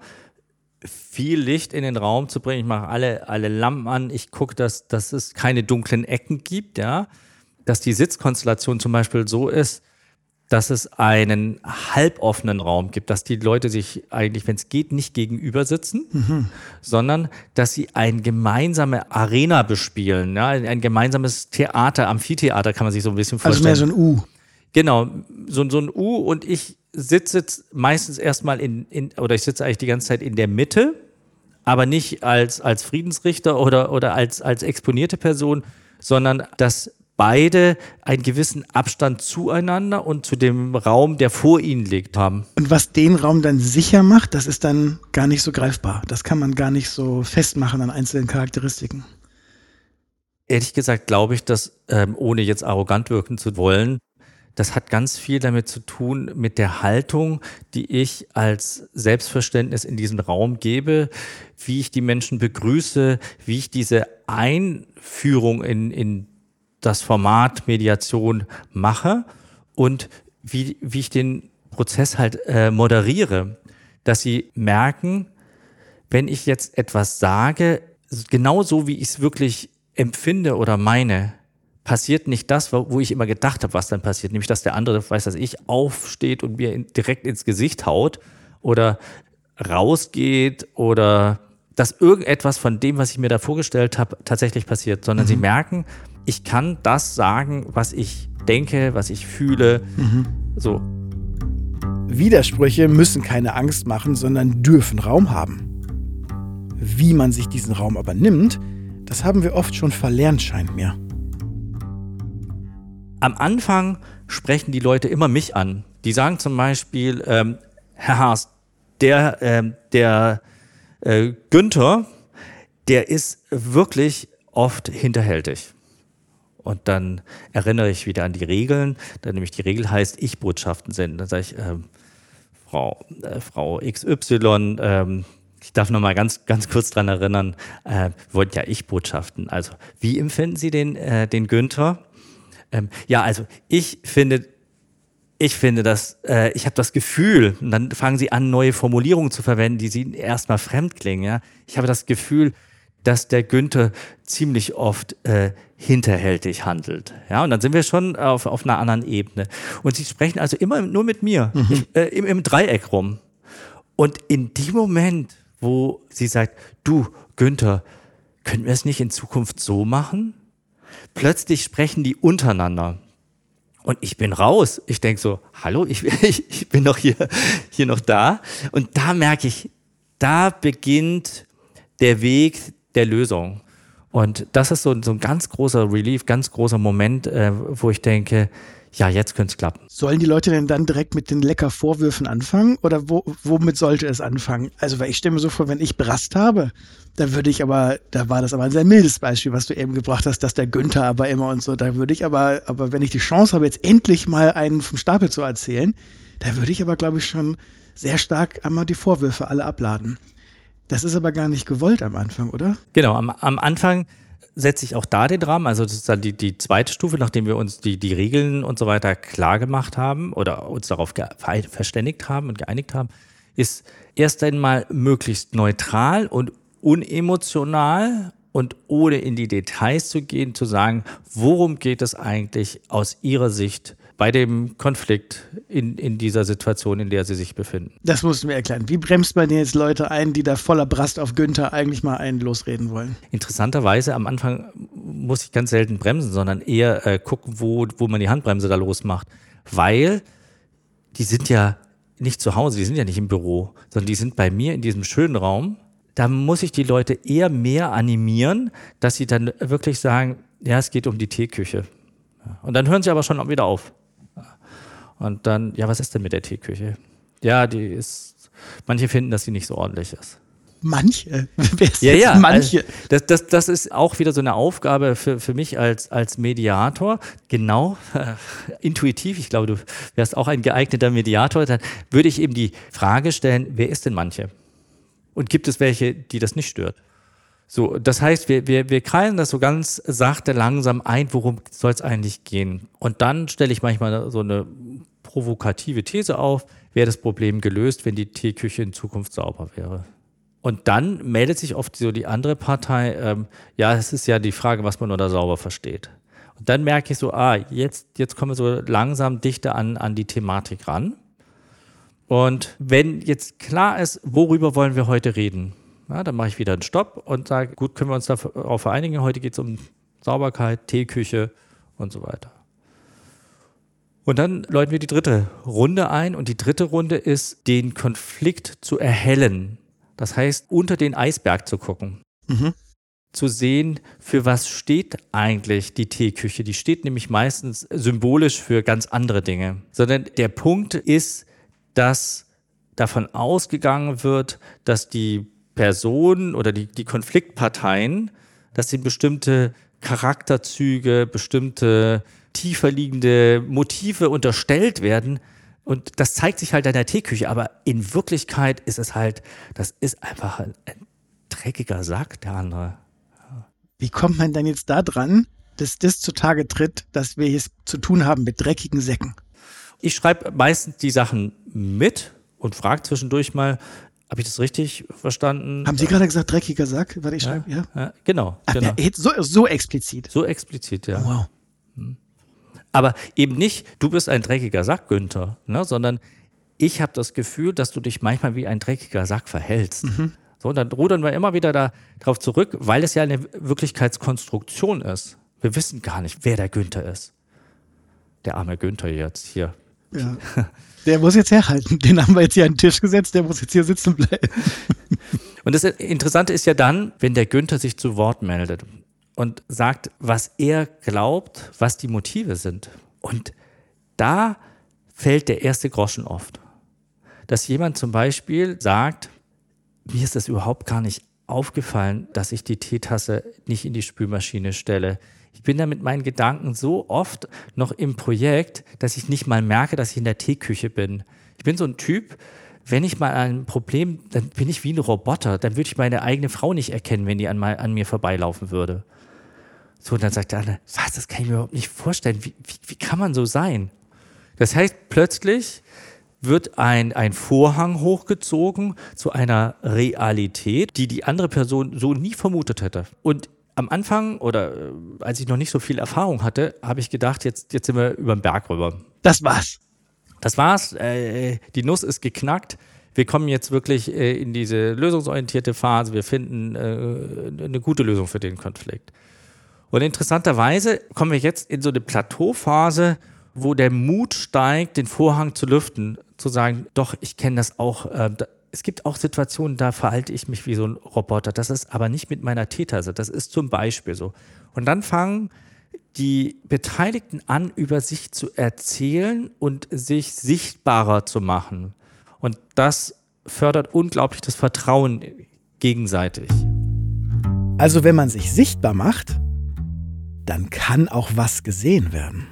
viel Licht in den Raum zu bringen. Ich mache alle Lampen an. Ich gucke, dass es keine dunklen Ecken gibt, ja. Dass die Sitzkonstellation zum Beispiel so ist, dass es einen halboffenen Raum gibt, dass die Leute sich eigentlich, wenn es geht, nicht gegenüber sitzen, sondern dass sie eine gemeinsame Arena bespielen, ja? Ein gemeinsames Theater, Amphitheater kann man sich so ein bisschen vorstellen. Also mehr so ein U. Genau, so ein U, und ich sitze jetzt meistens erstmal oder ich sitze eigentlich die ganze Zeit in der Mitte, aber nicht als Friedensrichter oder als exponierte Person, sondern dass beide einen gewissen Abstand zueinander und zu dem Raum, der vor ihnen liegt, haben. Und was den Raum dann sicher macht, das ist dann gar nicht so greifbar. Das kann man gar nicht so festmachen an einzelnen Charakteristiken. Ehrlich gesagt glaube ich, dass, ohne jetzt arrogant wirken zu wollen, das hat ganz viel damit zu tun mit der Haltung, die ich als Selbstverständnis in diesen Raum gebe, wie ich die Menschen begrüße, wie ich diese Einführung in das Format Mediation mache und wie ich den Prozess halt moderiere, dass sie merken, wenn ich jetzt etwas sage, genau so wie ich es wirklich empfinde oder meine, passiert nicht das, wo ich immer gedacht habe, was dann passiert, nämlich dass der andere, weiß dass ich, aufsteht und mir direkt ins Gesicht haut oder rausgeht oder dass irgendetwas von dem, was ich mir da vorgestellt habe, tatsächlich passiert, sondern sie merken, ich kann das sagen, was ich denke, was ich fühle. So. Widersprüche müssen keine Angst machen, sondern dürfen Raum haben. Wie man sich diesen Raum aber nimmt, das haben wir oft schon verlernt, scheint mir. Am Anfang sprechen die Leute immer mich an. Die sagen zum Beispiel, Herr Haas, der Günther, der ist wirklich oft hinterhältig. Und dann erinnere ich wieder an die Regeln, dann nämlich die Regel heißt, Ich-Botschaften senden. Dann sage ich, Frau XY, ich darf noch mal ganz kurz dran erinnern, wir wollten ja Ich-Botschaften. Also, wie empfinden Sie den Günther? Ja, also ich finde, dass ich habe das Gefühl, und dann fangen Sie an, neue Formulierungen zu verwenden, die Sie erstmal fremd klingen. Ja? Ich habe das Gefühl, dass der Günther ziemlich oft hinterhältig handelt. Ja, und dann sind wir schon auf einer anderen Ebene. Und Sie sprechen also immer nur mit mir, im Dreieck rum. Und in dem Moment, wo sie sagt, du, Günther, können wir es nicht in Zukunft so machen? Plötzlich sprechen die untereinander. Und ich bin raus. Ich denke so, hallo, ich bin doch hier noch da. Und da merke ich, da beginnt der Weg der Lösung. Und das ist so ein ganz großer Relief, ganz großer Moment, wo ich denke, ja, jetzt könnte es klappen. Sollen die Leute denn dann direkt mit den lecker Vorwürfen anfangen? Oder womit sollte es anfangen? Also, weil ich stelle mir so vor, wenn ich Brast habe, da war das aber ein sehr mildes Beispiel, was du eben gebracht hast, dass der Günther aber immer und so, da würde ich aber wenn ich die Chance habe, jetzt endlich mal einen vom Stapel zu erzählen, da würde ich aber, glaube ich, schon sehr stark einmal die Vorwürfe alle abladen. Das ist aber gar nicht gewollt am Anfang, oder? Genau, am Anfang setze ich auch da den Rahmen, also das ist dann die zweite Stufe, nachdem wir uns die Regeln und so weiter klar gemacht haben oder uns darauf verständigt haben und geeinigt haben, ist erst einmal möglichst neutral und unemotional und ohne in die Details zu gehen, zu sagen, worum geht es eigentlich aus Ihrer Sicht bei dem Konflikt in dieser Situation, in der Sie sich befinden. Das musst du mir erklären. Wie bremst man denn jetzt Leute ein, die da voller Brast auf Günther eigentlich mal einen losreden wollen? Interessanterweise, am Anfang muss ich ganz selten bremsen, sondern eher gucken, wo man die Handbremse da losmacht. Weil die sind ja nicht zu Hause, die sind ja nicht im Büro, sondern die sind bei mir in diesem schönen Raum. Da muss ich die Leute eher mehr animieren, dass sie dann wirklich sagen, ja, es geht um die Teeküche. Und dann hören sie aber schon wieder auf. Und dann, ja, was ist denn mit der Teeküche? Ja, manche finden, dass sie nicht so ordentlich ist. Manche? Wer ist ja, jetzt manche? Das ist auch wieder so eine Aufgabe für mich als Mediator. Genau, intuitiv, ich glaube, du wärst auch ein geeigneter Mediator. Dann würde ich eben die Frage stellen, wer ist denn manche? Und gibt es welche, die das nicht stört? So, das heißt, wir kreisen das so ganz sachte, langsam ein, worum soll es eigentlich gehen? Und dann stelle ich manchmal so eine provokative These auf, wäre das Problem gelöst, wenn die Teeküche in Zukunft sauber wäre. Und dann meldet sich oft so die andere Partei, ja, es ist ja die Frage, was man unter sauber versteht. Und dann merke ich so, jetzt kommen wir so langsam dichter an die Thematik ran. Und wenn jetzt klar ist, worüber wollen wir heute reden, ja, dann mache ich wieder einen Stopp und sage, gut, können wir uns darauf vereinigen, heute geht es um Sauberkeit, Teeküche und so weiter. Und dann läuten wir die dritte Runde ein und die dritte Runde ist, den Konflikt zu erhellen. Das heißt, unter den Eisberg zu gucken. Zu sehen, für was steht eigentlich die Teeküche. Die steht nämlich meistens symbolisch für ganz andere Dinge. Sondern der Punkt ist, dass davon ausgegangen wird, dass die Personen oder die Konfliktparteien, dass ihnen bestimmte Charakterzüge, bestimmte tiefer liegende Motive unterstellt werden. Und das zeigt sich halt in der Teeküche. Aber in Wirklichkeit ist es halt, das ist einfach ein dreckiger Sack, der andere. Wie kommt man denn jetzt da dran, dass das zutage tritt, dass wir es zu tun haben mit dreckigen Säcken? Ich schreibe meistens die Sachen mit und frage zwischendurch mal, habe ich das richtig verstanden? Haben Sie gerade gesagt, dreckiger Sack? Warte, ich schreibe, ja? Ja, genau. Ja, so explizit? So explizit, ja. Wow. Aber eben nicht, du bist ein dreckiger Sack, Günther, ne, sondern ich habe das Gefühl, dass du dich manchmal wie ein dreckiger Sack verhältst. So, und dann rudern wir immer wieder darauf zurück, weil es ja eine Wirklichkeitskonstruktion ist. Wir wissen gar nicht, wer der Günther ist. Der arme Günther jetzt hier. Ja. Der muss jetzt herhalten. Den haben wir jetzt hier an den Tisch gesetzt, der muss jetzt hier sitzen bleiben. Und das Interessante ist ja dann, wenn der Günther sich zu Wort meldet und sagt, was er glaubt, was die Motive sind. Und da fällt der erste Groschen oft. Dass jemand zum Beispiel sagt, mir ist das überhaupt gar nicht aufgefallen, dass ich die Teetasse nicht in die Spülmaschine stelle. Ich bin da mit meinen Gedanken so oft noch im Projekt, dass ich nicht mal merke, dass ich in der Teeküche bin. Ich bin so ein Typ, wenn ich mal ein Problem, dann bin ich wie ein Roboter. Dann würde ich meine eigene Frau nicht erkennen, wenn die an mir vorbeilaufen würde. So, und dann sagt der andere, was, das kann ich mir überhaupt nicht vorstellen. Wie kann man so sein? Das heißt, plötzlich wird ein Vorhang hochgezogen zu einer Realität, die andere Person so nie vermutet hätte. Und am Anfang oder als ich noch nicht so viel Erfahrung hatte, habe ich gedacht, jetzt sind wir über den Berg rüber. Das war's. Das war's. Die Nuss ist geknackt. Wir kommen jetzt wirklich in diese lösungsorientierte Phase. Wir finden eine gute Lösung für den Konflikt. Und interessanterweise kommen wir jetzt in so eine Plateauphase, wo der Mut steigt, den Vorhang zu lüften, zu sagen, doch, ich kenne das auch. Es gibt auch Situationen, da verhalte ich mich wie so ein Roboter. Das ist aber nicht mit meiner Teetasse. Das ist zum Beispiel so. Und dann fangen die Beteiligten an, über sich zu erzählen und sich sichtbarer zu machen. Und das fördert unglaublich das Vertrauen gegenseitig. Also wenn man sich sichtbar macht, dann kann auch was gesehen werden.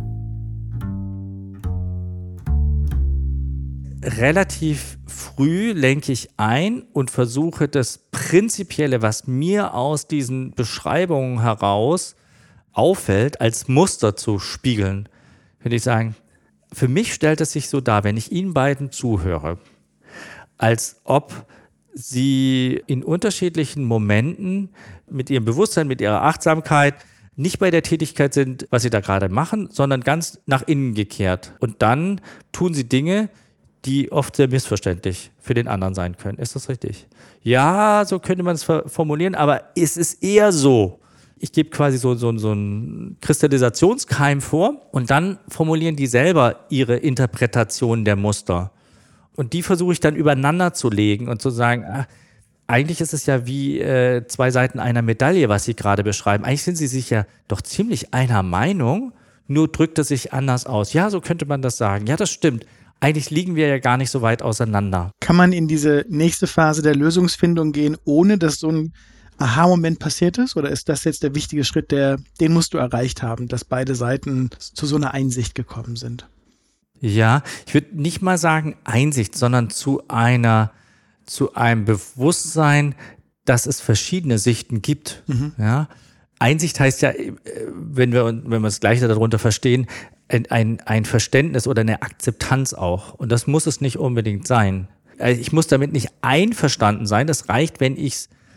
Relativ früh lenke ich ein und versuche das Prinzipielle, was mir aus diesen Beschreibungen heraus auffällt, als Muster zu spiegeln. Würde ich sagen, für mich stellt es sich so dar, wenn ich Ihnen beiden zuhöre, als ob Sie in unterschiedlichen Momenten mit Ihrem Bewusstsein, mit Ihrer Achtsamkeit nicht bei der Tätigkeit sind, was Sie da gerade machen, sondern ganz nach innen gekehrt. Und dann tun Sie Dinge, die oft sehr missverständlich für den anderen sein können. Ist das richtig? Ja, so könnte man es formulieren, aber es ist eher so. Ich gebe quasi so einen Kristallisationskeim vor und dann formulieren die selber ihre Interpretation der Muster. Und die versuche ich dann übereinander zu legen und zu sagen, eigentlich ist es ja wie 2 Seiten einer Medaille, was Sie gerade beschreiben. Eigentlich sind Sie sich ja doch ziemlich einer Meinung, nur drückt es sich anders aus. Ja, so könnte man das sagen. Ja, das stimmt. Eigentlich liegen wir ja gar nicht so weit auseinander. Kann man in diese nächste Phase der Lösungsfindung gehen, ohne dass so ein Aha-Moment passiert ist? Oder ist das jetzt der wichtige Schritt, den musst du erreicht haben, dass beide Seiten zu so einer Einsicht gekommen sind? Ja, ich würde nicht mal sagen Einsicht, sondern zu einem Bewusstsein, dass es verschiedene Sichten gibt. Ja? Einsicht heißt ja, wenn wir das Gleiche darunter verstehen, ein Verständnis oder eine Akzeptanz auch. Und das muss es nicht unbedingt sein. Ich muss damit nicht einverstanden sein. Das reicht, wenn ich es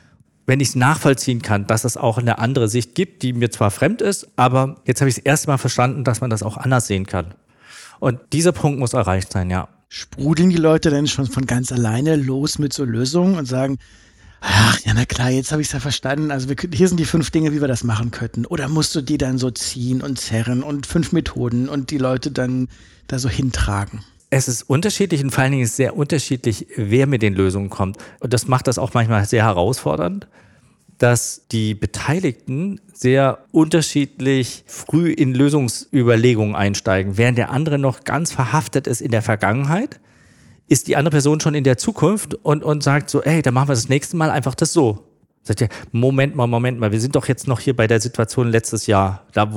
wenn ich es nachvollziehen kann, dass es auch eine andere Sicht gibt, die mir zwar fremd ist, aber jetzt habe ich das erste Mal verstanden, dass man das auch anders sehen kann. Und dieser Punkt muss erreicht sein, ja. Sprudeln die Leute denn schon von ganz alleine los mit so Lösungen und sagen, ach, ja, na klar, jetzt habe ich es ja verstanden. Also hier sind die 5 Dinge, wie wir das machen könnten. Oder musst du die dann so ziehen und zerren und 5 Methoden und die Leute dann da so hintragen? Es ist unterschiedlich und vor allen Dingen ist es sehr unterschiedlich, wer mit den Lösungen kommt. Und das macht das auch manchmal sehr herausfordernd, dass die Beteiligten sehr unterschiedlich früh in Lösungsüberlegungen einsteigen. Während der andere noch ganz verhaftet ist in der Vergangenheit, ist die andere Person schon in der Zukunft und sagt so, ey, dann machen wir das nächste Mal einfach das so. Sagt ihr, Moment mal, wir sind doch jetzt noch hier bei der Situation letztes Jahr, da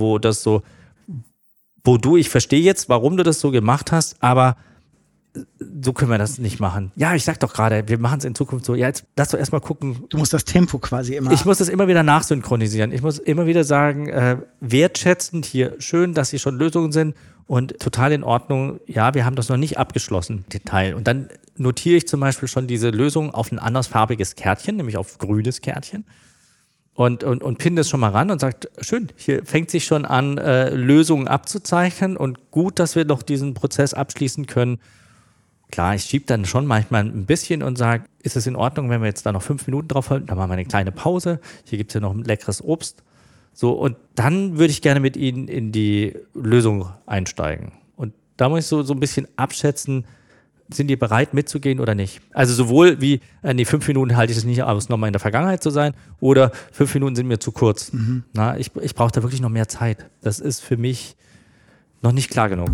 ich verstehe jetzt, warum du das so gemacht hast, aber so können wir das nicht machen. Ja, ich sag doch gerade, wir machen es in Zukunft so. Ja, jetzt lass doch erstmal gucken. Du musst das Tempo quasi immer... Ich muss das immer wieder nachsynchronisieren. Ich muss immer wieder sagen, wertschätzend hier, schön, dass hier schon Lösungen sind und total in Ordnung. Ja, wir haben das noch nicht abgeschlossen, Detail. Und dann notiere ich zum Beispiel schon diese Lösung auf ein andersfarbiges Kärtchen, nämlich auf grünes Kärtchen. Und pinne das schon mal ran und sagt, schön, hier fängt sich schon an, Lösungen abzuzeichnen und gut, dass wir doch diesen Prozess abschließen können. Klar, ich schiebe dann schon manchmal ein bisschen und sage, ist es in Ordnung, wenn wir jetzt da noch 5 Minuten drauf halten? Dann machen wir eine kleine Pause. Hier gibt es ja noch ein leckeres Obst. So, und dann würde ich gerne mit Ihnen in die Lösung einsteigen. Und da muss ich so ein bisschen abschätzen, sind die bereit mitzugehen oder nicht? Also sowohl wie, 5 Minuten halte ich es nicht aus, nochmal in der Vergangenheit zu sein, oder 5 Minuten sind mir zu kurz. Na, ich brauche da wirklich noch mehr Zeit. Das ist für mich noch nicht klar genug.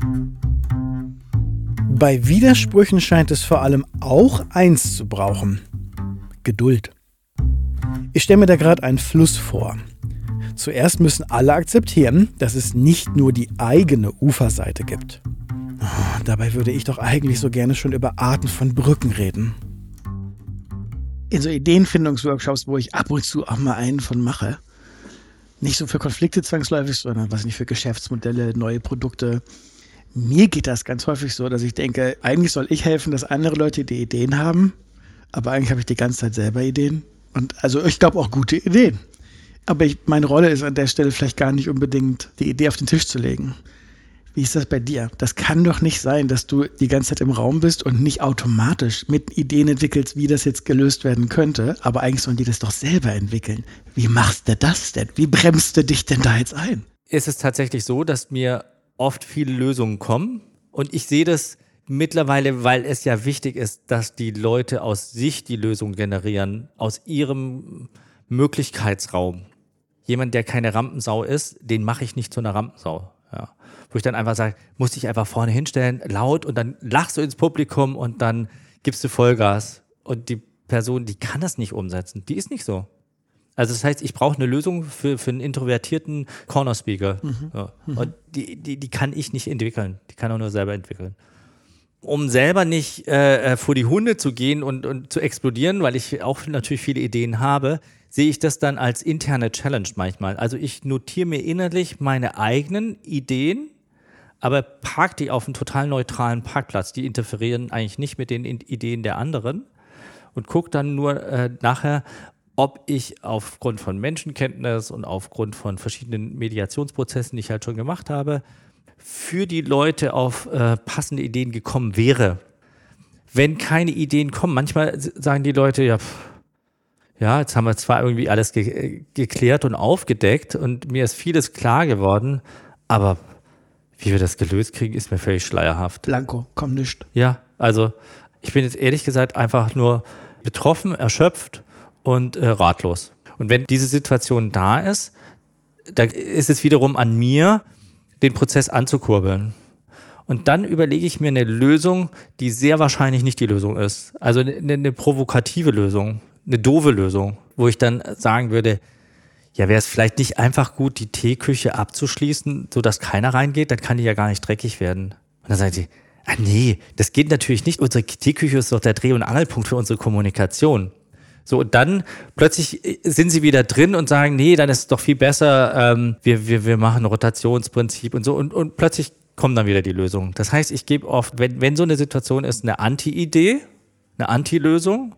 Bei Widersprüchen scheint es vor allem auch eins zu brauchen: Geduld. Ich stelle mir da gerade einen Fluss vor. Zuerst müssen alle akzeptieren, dass es nicht nur die eigene Uferseite gibt. Dabei würde ich doch eigentlich so gerne schon über Arten von Brücken reden. In so Ideenfindungsworkshops, wo ich ab und zu auch mal einen von mache. Nicht so für Konflikte zwangsläufig, sondern was nicht für Geschäftsmodelle, neue Produkte. Mir geht das ganz häufig so, dass ich denke, eigentlich soll ich helfen, dass andere Leute die Ideen haben, aber eigentlich habe ich die ganze Zeit selber Ideen. Und also ich glaube auch gute Ideen. Aber meine Rolle ist an der Stelle vielleicht gar nicht unbedingt, die Idee auf den Tisch zu legen. Wie ist das bei dir? Das kann doch nicht sein, dass du die ganze Zeit im Raum bist und nicht automatisch mit Ideen entwickelst, wie das jetzt gelöst werden könnte. Aber eigentlich sollen die das doch selber entwickeln. Wie machst du das denn? Wie bremst du dich denn da jetzt ein? Ist es tatsächlich so, dass mir oft viele Lösungen kommen und ich sehe das mittlerweile, weil es ja wichtig ist, dass die Leute aus sich die Lösung generieren, aus ihrem Möglichkeitsraum. Jemand, der keine Rampensau ist, den mache ich nicht zu einer Rampensau. Ja. Wo ich dann einfach sage, muss dich einfach vorne hinstellen, laut, und dann lachst du ins Publikum und dann gibst du Vollgas. Und die Person, die kann das nicht umsetzen. Die ist nicht so. Also das heißt, ich brauche eine Lösung für einen introvertierten Corner-Speaker. Ja. Und die kann ich nicht entwickeln. Die kann auch nur selber entwickeln. Um selber nicht vor die Hunde zu gehen und zu explodieren, weil ich auch natürlich viele Ideen habe, sehe ich das dann als interne Challenge manchmal. Also ich notiere mir innerlich meine eigenen Ideen, aber parke die auf einen total neutralen Parkplatz. Die interferieren eigentlich nicht mit den Ideen der anderen und gucke dann nur nachher, ob ich aufgrund von Menschenkenntnis und aufgrund von verschiedenen Mediationsprozessen, die ich halt schon gemacht habe, für die Leute auf passende Ideen gekommen wäre. Wenn keine Ideen kommen, manchmal sagen die Leute, ja, jetzt haben wir zwar irgendwie alles geklärt und aufgedeckt und mir ist vieles klar geworden, aber wie wir das gelöst kriegen, ist mir völlig schleierhaft. Blanko, komm nicht. Ja, also ich bin jetzt ehrlich gesagt einfach nur betroffen, erschöpft und ratlos. Und wenn diese Situation da ist, dann ist es wiederum an mir, den Prozess anzukurbeln. Und dann überlege ich mir eine Lösung, die sehr wahrscheinlich nicht die Lösung ist. Also eine provokative Lösung, eine doofe Lösung, wo ich dann sagen würde, ja, wäre es vielleicht nicht einfach gut, die Teeküche abzuschließen, sodass keiner reingeht, dann kann die ja gar nicht dreckig werden. Und dann sagen sie, nee, das geht natürlich nicht. Unsere Teeküche ist doch der Dreh- und Angelpunkt für unsere Kommunikation. So, und dann plötzlich sind sie wieder drin und sagen, nee, dann ist es doch viel besser, wir machen ein Rotationsprinzip und so. Und plötzlich kommen dann wieder die Lösungen. Das heißt, ich gebe oft, wenn so eine Situation ist, eine Anti-Idee, eine Anti-Lösung,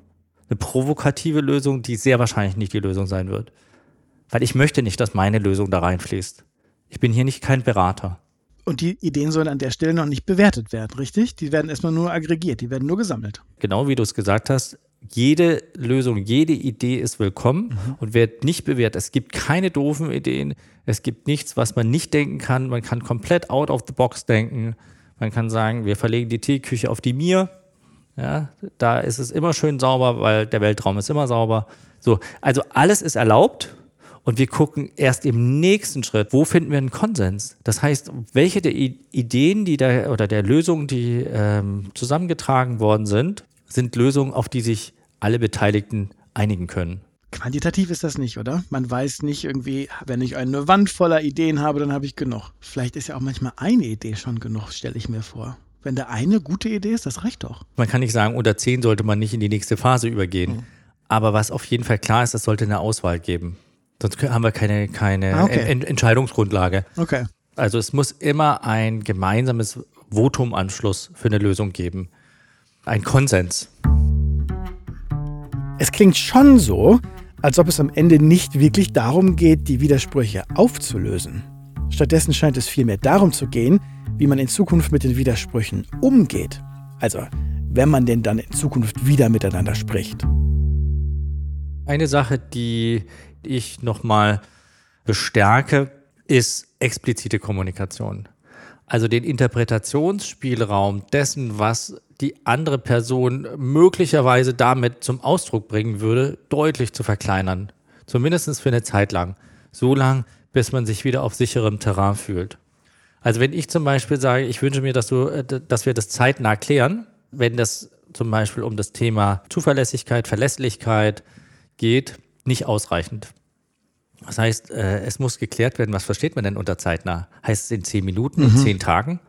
eine provokative Lösung, die sehr wahrscheinlich nicht die Lösung sein wird. Weil ich möchte nicht, dass meine Lösung da reinfließt. Ich bin hier nicht kein Berater. Und die Ideen sollen an der Stelle noch nicht bewertet werden, richtig? Die werden erstmal nur aggregiert, die werden nur gesammelt. Genau wie du es gesagt hast, jede Lösung, jede Idee ist willkommen und wird nicht bewertet. Es gibt keine doofen Ideen, es gibt nichts, was man nicht denken kann. Man kann komplett out of the box denken. Man kann sagen, wir verlegen die Teeküche auf die Mir. Ja, da ist es immer schön sauber, weil der Weltraum ist immer sauber. So, also alles ist erlaubt. Und wir gucken erst im nächsten Schritt, wo finden wir einen Konsens? Das heißt, welche der Ideen, oder der Lösungen, die zusammengetragen worden sind, sind Lösungen, auf die sich alle Beteiligten einigen können. Quantitativ ist das nicht, oder? Man weiß nicht irgendwie, wenn ich eine Wand voller Ideen habe, dann habe ich genug. Vielleicht ist ja auch manchmal eine Idee schon genug, stelle ich mir vor. Wenn da eine gute Idee ist, das reicht doch. Man kann nicht sagen, unter 10 sollte man nicht in die nächste Phase übergehen. Aber was auf jeden Fall klar ist, es sollte eine Auswahl geben. Sonst haben wir keine Entscheidungsgrundlage. Okay. Also es muss immer ein gemeinsames Votum am Schluss für eine Lösung geben. Ein Konsens. Es klingt schon so, als ob es am Ende nicht wirklich darum geht, die Widersprüche aufzulösen. Stattdessen scheint es vielmehr darum zu gehen, wie man in Zukunft mit den Widersprüchen umgeht. Also, wenn man denn dann in Zukunft wieder miteinander spricht. Eine Sache, die ich nochmal bestärke, ist explizite Kommunikation. Also den Interpretationsspielraum dessen, was die andere Person möglicherweise damit zum Ausdruck bringen würde, deutlich zu verkleinern. Zumindest für eine Zeit lang. So lang, bis man sich wieder auf sicherem Terrain fühlt. Also wenn ich zum Beispiel sage, ich wünsche mir, dass wir das zeitnah klären, wenn das zum Beispiel um das Thema Zuverlässigkeit, Verlässlichkeit geht, nicht ausreichend. Das heißt, es muss geklärt werden, was versteht man denn unter zeitnah? Heißt es in 10 Minuten, in 10 Tagen?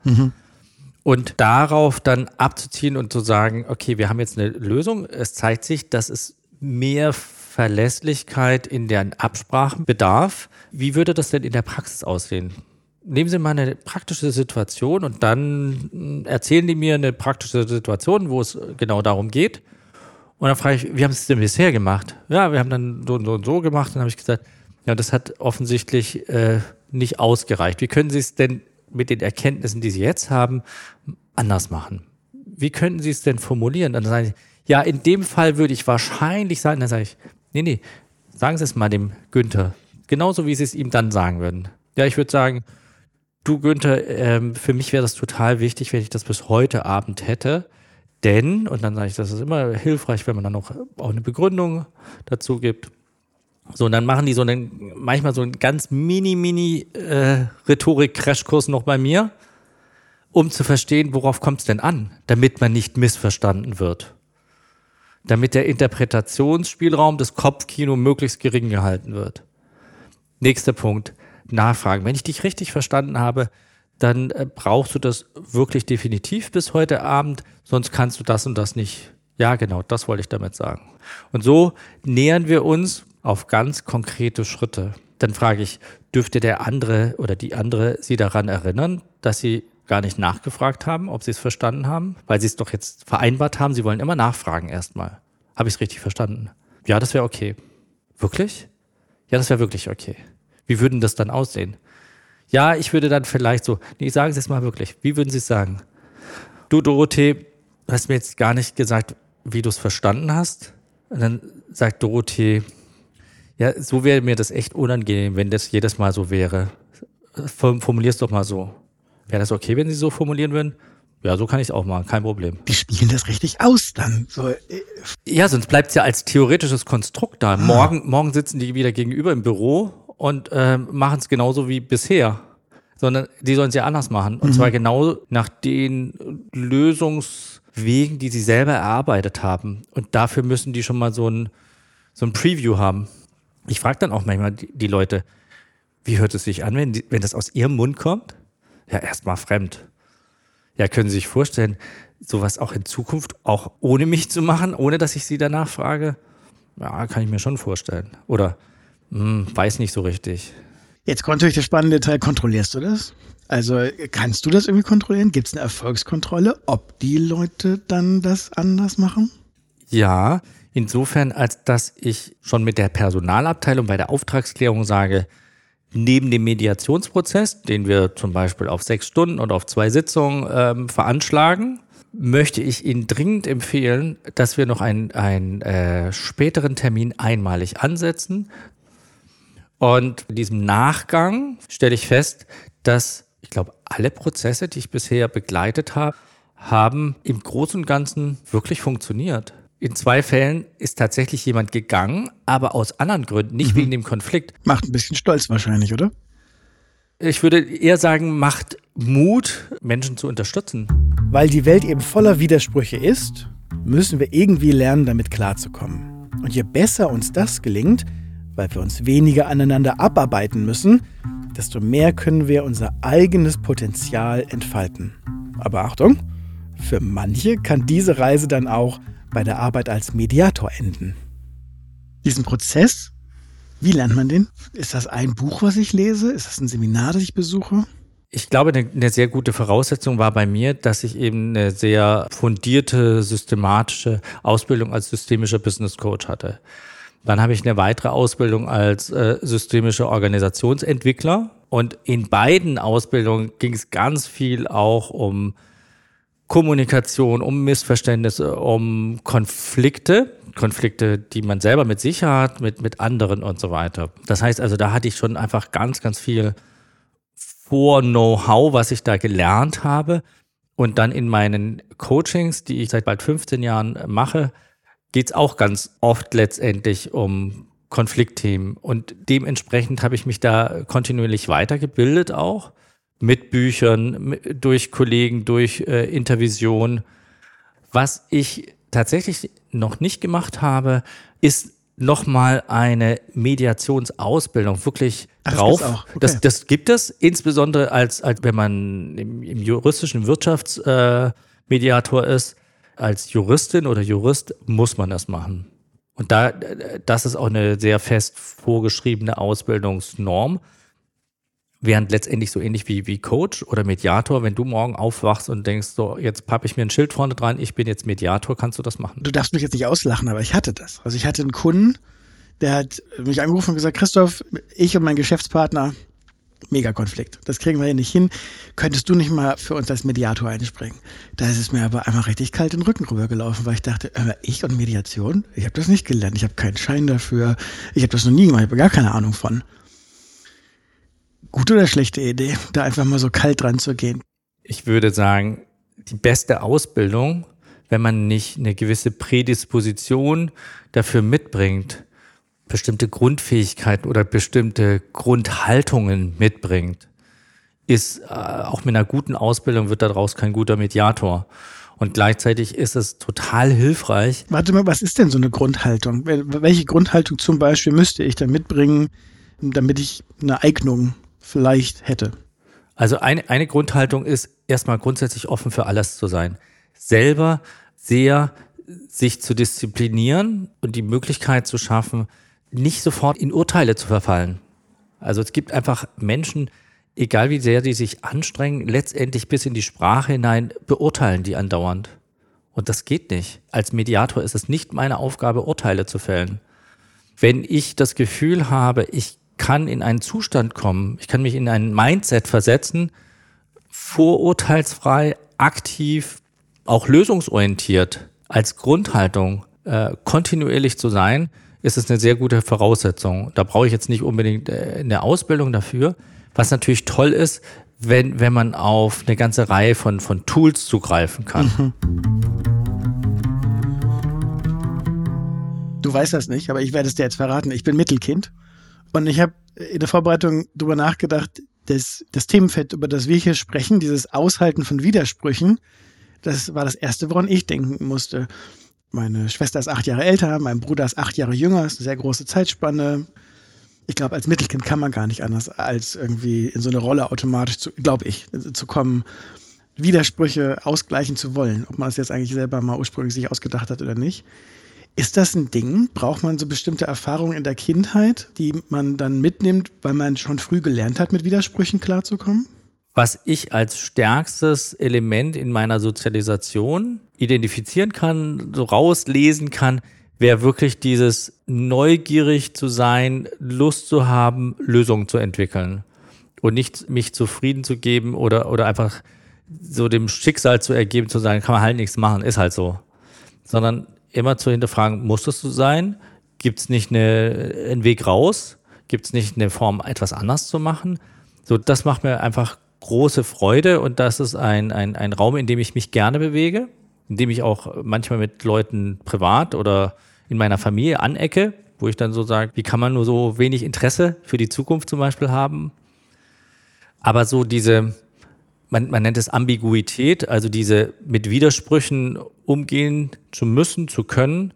Und darauf dann abzuziehen und zu sagen, okay, wir haben jetzt eine Lösung. Es zeigt sich, dass es mehr Verlässlichkeit in deren Absprachen bedarf. Wie würde das denn in der Praxis aussehen? Nehmen Sie mal eine praktische Situation und dann erzählen die mir eine praktische Situation, wo es genau darum geht. Und dann frage ich, wie haben Sie es denn bisher gemacht? Ja, wir haben dann so und so gemacht. Dann habe ich gesagt, ja, das hat offensichtlich nicht ausgereicht. Wie können Sie es denn mit den Erkenntnissen, die Sie jetzt haben, anders machen? Wie könnten Sie es denn formulieren? Dann sage ich, ja, in dem Fall würde ich wahrscheinlich sagen, dann sage ich, nee, sagen Sie es mal dem Günther. Genauso, wie Sie es ihm dann sagen würden. Ja, ich würde sagen, du Günther, für mich wäre das total wichtig, wenn ich das bis heute Abend hätte. Denn, und dann sage ich, das ist immer hilfreich, wenn man dann auch eine Begründung dazu gibt. So, und dann machen die manchmal so einen ganz mini Rhetorik-Crashkurs noch bei mir, um zu verstehen, worauf kommt es denn an, damit man nicht missverstanden wird. Damit der Interpretationsspielraum des Kopfkino möglichst gering gehalten wird. Nächster Punkt, Nachfragen. Wenn ich dich richtig verstanden habe, dann brauchst du das wirklich definitiv bis heute Abend, sonst kannst du das und das nicht. Ja, genau, das wollte ich damit sagen. Und so nähern wir uns auf ganz konkrete Schritte. Dann frage ich, dürfte der andere oder die andere Sie daran erinnern, dass Sie gar nicht nachgefragt haben, ob Sie es verstanden haben? Weil Sie es doch jetzt vereinbart haben, Sie wollen immer nachfragen erstmal. Habe ich es richtig verstanden? Ja, das wäre okay. Wirklich? Ja, das wäre wirklich okay. Wie würden das dann aussehen? Ja, ich würde dann vielleicht so, nee, sagen Sie es mal wirklich. Wie würden Sie es sagen? Du, Dorothee, hast mir jetzt gar nicht gesagt, wie du es verstanden hast. Und dann sagt Dorothee, ja, so wäre mir das echt unangenehm, wenn das jedes Mal so wäre. Formulier es doch mal so. Wäre das okay, wenn Sie so formulieren würden? Ja, so kann ich es auch machen, kein Problem. Die spielen das richtig aus dann. So, ja, sonst bleibt es ja als theoretisches Konstrukt da. Morgen sitzen die wieder gegenüber im Büro und machen es genauso wie bisher. Sondern die sollen es ja anders machen. Und zwar genau nach den Lösungswegen, die sie selber erarbeitet haben. Und dafür müssen die schon mal so ein Preview haben. Ich frage dann auch manchmal die Leute, wie hört es sich an, wenn das aus ihrem Mund kommt? Ja, erstmal fremd. Ja, können Sie sich vorstellen, sowas auch in Zukunft auch ohne mich zu machen, ohne dass ich Sie danach frage? Ja, kann ich mir schon vorstellen. Oder, weiß nicht so richtig. Jetzt kommt natürlich der spannende Teil, kontrollierst du das? Also kannst du das irgendwie kontrollieren? Gibt es eine Erfolgskontrolle, ob die Leute dann das anders machen? Ja, Insofern, als dass ich schon mit der Personalabteilung bei der Auftragsklärung sage, neben dem Mediationsprozess, den wir zum Beispiel auf 6 Stunden oder auf 2 Sitzungen veranschlagen, möchte ich Ihnen dringend empfehlen, dass wir noch einen späteren Termin einmalig ansetzen. Und in diesem Nachgang stelle ich fest, dass, ich glaube, alle Prozesse, die ich bisher begleitet habe, haben im Großen und Ganzen wirklich funktioniert. In 2 Fällen ist tatsächlich jemand gegangen, aber aus anderen Gründen, nicht wegen dem Konflikt. Macht ein bisschen stolz wahrscheinlich, oder? Ich würde eher sagen, macht Mut, Menschen zu unterstützen. Weil die Welt eben voller Widersprüche ist, müssen wir irgendwie lernen, damit klarzukommen. Und je besser uns das gelingt, weil wir uns weniger aneinander abarbeiten müssen, desto mehr können wir unser eigenes Potenzial entfalten. Aber Achtung, für manche kann diese Reise dann auch bei der Arbeit als Mediator enden. Diesen Prozess, wie lernt man den? Ist das ein Buch, was ich lese? Ist das ein Seminar, das ich besuche? Ich glaube, eine sehr gute Voraussetzung war bei mir, dass ich eben eine sehr fundierte, systematische Ausbildung als systemischer Business Coach hatte. Dann habe ich eine weitere Ausbildung als systemischer Organisationsentwickler. Und in beiden Ausbildungen ging es ganz viel auch um Kommunikation, um Missverständnisse, um Konflikte, die man selber mit sich hat, mit anderen und so weiter. Das heißt also, da hatte ich schon einfach ganz, ganz viel Vor-Know-how, was ich da gelernt habe. Und dann in meinen Coachings, die ich seit bald 15 Jahren mache, geht es auch ganz oft letztendlich um Konfliktthemen. Und dementsprechend habe ich mich da kontinuierlich weitergebildet auch. Mit Büchern, durch Kollegen, durch Intervision. Was ich tatsächlich noch nicht gemacht habe, ist nochmal eine Mediationsausbildung wirklich drauf. Okay. Das gibt es, insbesondere als wenn man im juristischen Wirtschaftsmediator ist. Als Juristin oder Jurist muss man das machen. Und das ist auch eine sehr fest vorgeschriebene Ausbildungsnorm. Während letztendlich so ähnlich wie Coach oder Mediator, wenn du morgen aufwachst und denkst, so, jetzt pappe ich mir ein Schild vorne dran, ich bin jetzt Mediator, kannst du das machen? Du darfst mich jetzt nicht auslachen, aber ich hatte das. Also ich hatte einen Kunden, der hat mich angerufen und gesagt, Christoph, ich und mein Geschäftspartner, Mega-Konflikt. Das kriegen wir hier nicht hin. Könntest du nicht mal für uns als Mediator einspringen? Da ist es mir aber einmal richtig kalt den Rücken rübergelaufen, weil ich dachte, ich und Mediation? Ich habe das nicht gelernt. Ich habe keinen Schein dafür. Ich habe das noch nie gemacht. Ich habe gar keine Ahnung von. Gute oder schlechte Idee, da einfach mal so kalt dran zu gehen? Ich würde sagen, die beste Ausbildung, wenn man nicht eine gewisse Prädisposition dafür mitbringt, bestimmte Grundfähigkeiten oder bestimmte Grundhaltungen mitbringt, ist auch mit einer guten Ausbildung wird daraus kein guter Mediator. Und gleichzeitig ist es total hilfreich. Warte mal, was ist denn so eine Grundhaltung? Welche Grundhaltung zum Beispiel müsste ich da mitbringen, damit ich eine Eignung vielleicht hätte? Also eine Grundhaltung ist, erstmal grundsätzlich offen für alles zu sein. Selber sehr sich zu disziplinieren und die Möglichkeit zu schaffen, nicht sofort in Urteile zu verfallen. Also es gibt einfach Menschen, egal wie sehr die sich anstrengen, letztendlich bis in die Sprache hinein beurteilen die andauernd. Und das geht nicht. Als Mediator ist es nicht meine Aufgabe, Urteile zu fällen. Wenn ich das Gefühl habe, ich kann in einen Zustand kommen, ich kann mich in ein Mindset versetzen, vorurteilsfrei, aktiv, auch lösungsorientiert, als Grundhaltung kontinuierlich zu sein, ist es eine sehr gute Voraussetzung. Da brauche ich jetzt nicht unbedingt eine Ausbildung dafür. Was natürlich toll ist, wenn man auf eine ganze Reihe von Tools zugreifen kann. Du weißt das nicht, aber ich werde es dir jetzt verraten. Ich bin Mittelkind und ich habe in der Vorbereitung darüber nachgedacht, das Themenfeld, über das wir hier sprechen, dieses Aushalten von Widersprüchen, das war das Erste, woran ich denken musste. Meine Schwester ist 8 Jahre älter, mein Bruder ist 8 Jahre jünger, ist eine sehr große Zeitspanne. Ich glaube, als Mittelkind kann man gar nicht anders, als irgendwie in so eine Rolle automatisch zu kommen, Widersprüche ausgleichen zu wollen. Ob man das jetzt eigentlich selber mal ursprünglich sich ausgedacht hat oder nicht. Ist das ein Ding? Braucht man so bestimmte Erfahrungen in der Kindheit, die man dann mitnimmt, weil man schon früh gelernt hat, mit Widersprüchen klarzukommen? Was ich als stärkstes Element in meiner Sozialisation identifizieren kann, so rauslesen kann, wäre wirklich dieses neugierig zu sein, Lust zu haben, Lösungen zu entwickeln und nicht mich zufrieden zu geben oder einfach so dem Schicksal zu ergeben, zu sagen, kann man halt nichts machen, ist halt so. Sondern immer zu hinterfragen, muss das so sein? Gibt es nicht einen Weg raus? Gibt es nicht eine Form, etwas anders zu machen? So, das macht mir einfach große Freude und das ist ein Raum, in dem ich mich gerne bewege, in dem ich auch manchmal mit Leuten privat oder in meiner Familie anecke, wo ich dann so sage, wie kann man nur so wenig Interesse für die Zukunft zum Beispiel haben? Aber so diese, man nennt es Ambiguität, also diese mit Widersprüchen umgehen zu müssen, zu können,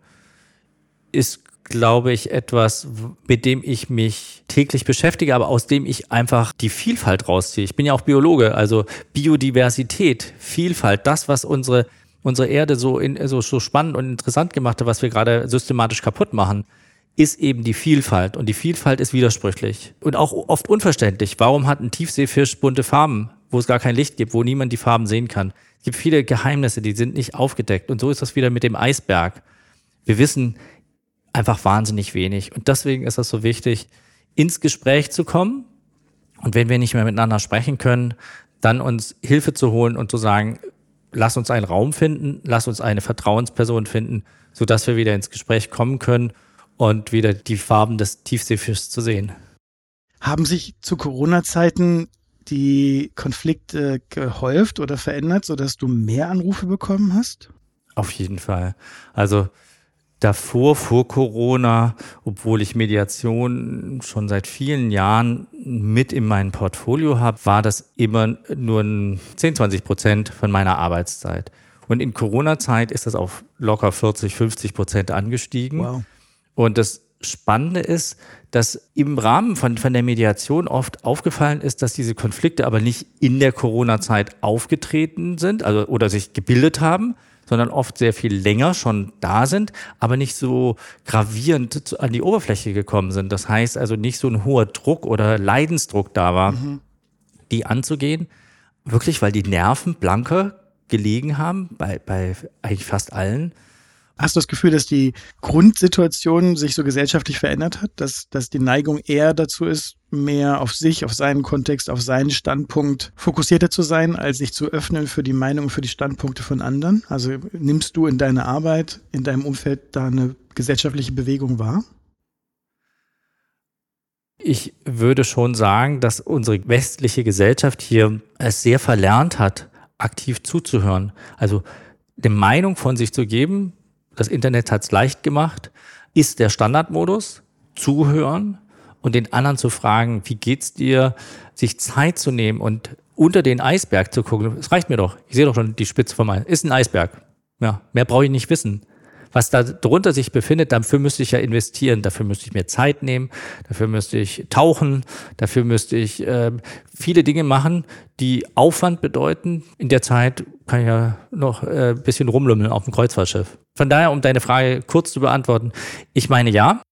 ist, glaube ich, etwas, mit dem ich mich täglich beschäftige, aber aus dem ich einfach die Vielfalt rausziehe. Ich bin ja auch Biologe, also Biodiversität, Vielfalt, das, was unsere Erde so spannend und interessant gemacht hat, was wir gerade systematisch kaputt machen, ist eben die Vielfalt. Und die Vielfalt ist widersprüchlich und auch oft unverständlich. Warum hat ein Tiefseefisch bunte Farben, wo es gar kein Licht gibt, wo niemand die Farben sehen kann? Es gibt viele Geheimnisse, die sind nicht aufgedeckt. Und so ist das wieder mit dem Eisberg. Wir wissen einfach wahnsinnig wenig. Und deswegen ist es so wichtig, ins Gespräch zu kommen. Und wenn wir nicht mehr miteinander sprechen können, dann uns Hilfe zu holen und zu sagen, lass uns einen Raum finden, lass uns eine Vertrauensperson finden, sodass wir wieder ins Gespräch kommen können und wieder die Farben des Tiefseefischs zu sehen. Haben sich zu Corona-Zeiten die Konflikte gehäuft oder verändert, sodass du mehr Anrufe bekommen hast? Auf jeden Fall. Also davor, vor Corona, obwohl ich Mediation schon seit vielen Jahren mit in meinem Portfolio habe, war das immer nur 10-20% von meiner Arbeitszeit. Und in Corona-Zeit ist das auf locker 40-50% angestiegen. Wow. Und das Spannende ist, dass im Rahmen von der Mediation oft aufgefallen ist, dass diese Konflikte aber nicht in der Corona-Zeit aufgetreten sind, also oder sich gebildet haben, sondern oft sehr viel länger schon da sind, aber nicht so gravierend an die Oberfläche gekommen sind. Das heißt also nicht so ein hoher Druck oder Leidensdruck da war, die anzugehen. Wirklich, weil die Nerven blanker gelegen haben, bei eigentlich fast allen. Hast du das Gefühl, dass die Grundsituation sich so gesellschaftlich verändert hat? Dass die Neigung eher dazu ist, mehr auf sich, auf seinen Kontext, auf seinen Standpunkt fokussierter zu sein, als sich zu öffnen für die Meinung, für die Standpunkte von anderen? Also nimmst du in deiner Arbeit, in deinem Umfeld da eine gesellschaftliche Bewegung wahr? Ich würde schon sagen, dass unsere westliche Gesellschaft hier es sehr verlernt hat, aktiv zuzuhören. Also eine Meinung von sich zu geben, das Internet hat es leicht gemacht, ist der Standardmodus, zuhören und den anderen zu fragen, wie geht's dir, sich Zeit zu nehmen und unter den Eisberg zu gucken. Es reicht mir doch, ich sehe doch schon die Spitze vom Eis. Ist ein Eisberg. Ja, mehr brauche ich nicht wissen. Was da drunter sich befindet, dafür müsste ich ja investieren, dafür müsste ich mir Zeit nehmen, dafür müsste ich tauchen, dafür müsste ich viele Dinge machen, die Aufwand bedeuten. In der Zeit kann ich ja noch ein bisschen rumlümmeln auf dem Kreuzfahrtschiff. Von daher, um deine Frage kurz zu beantworten, ich meine ja,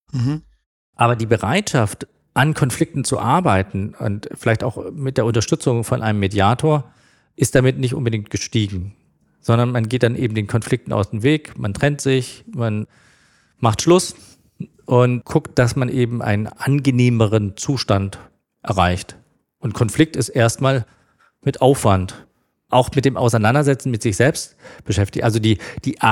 aber die Bereitschaft, an Konflikten zu arbeiten und vielleicht auch mit der Unterstützung von einem Mediator, ist damit nicht unbedingt gestiegen. Sondern man geht dann eben den Konflikten aus dem Weg, man trennt sich, man macht Schluss und guckt, dass man eben einen angenehmeren Zustand erreicht. Und Konflikt ist erstmal mit Aufwand, auch mit dem Auseinandersetzen mit sich selbst beschäftigt. Also die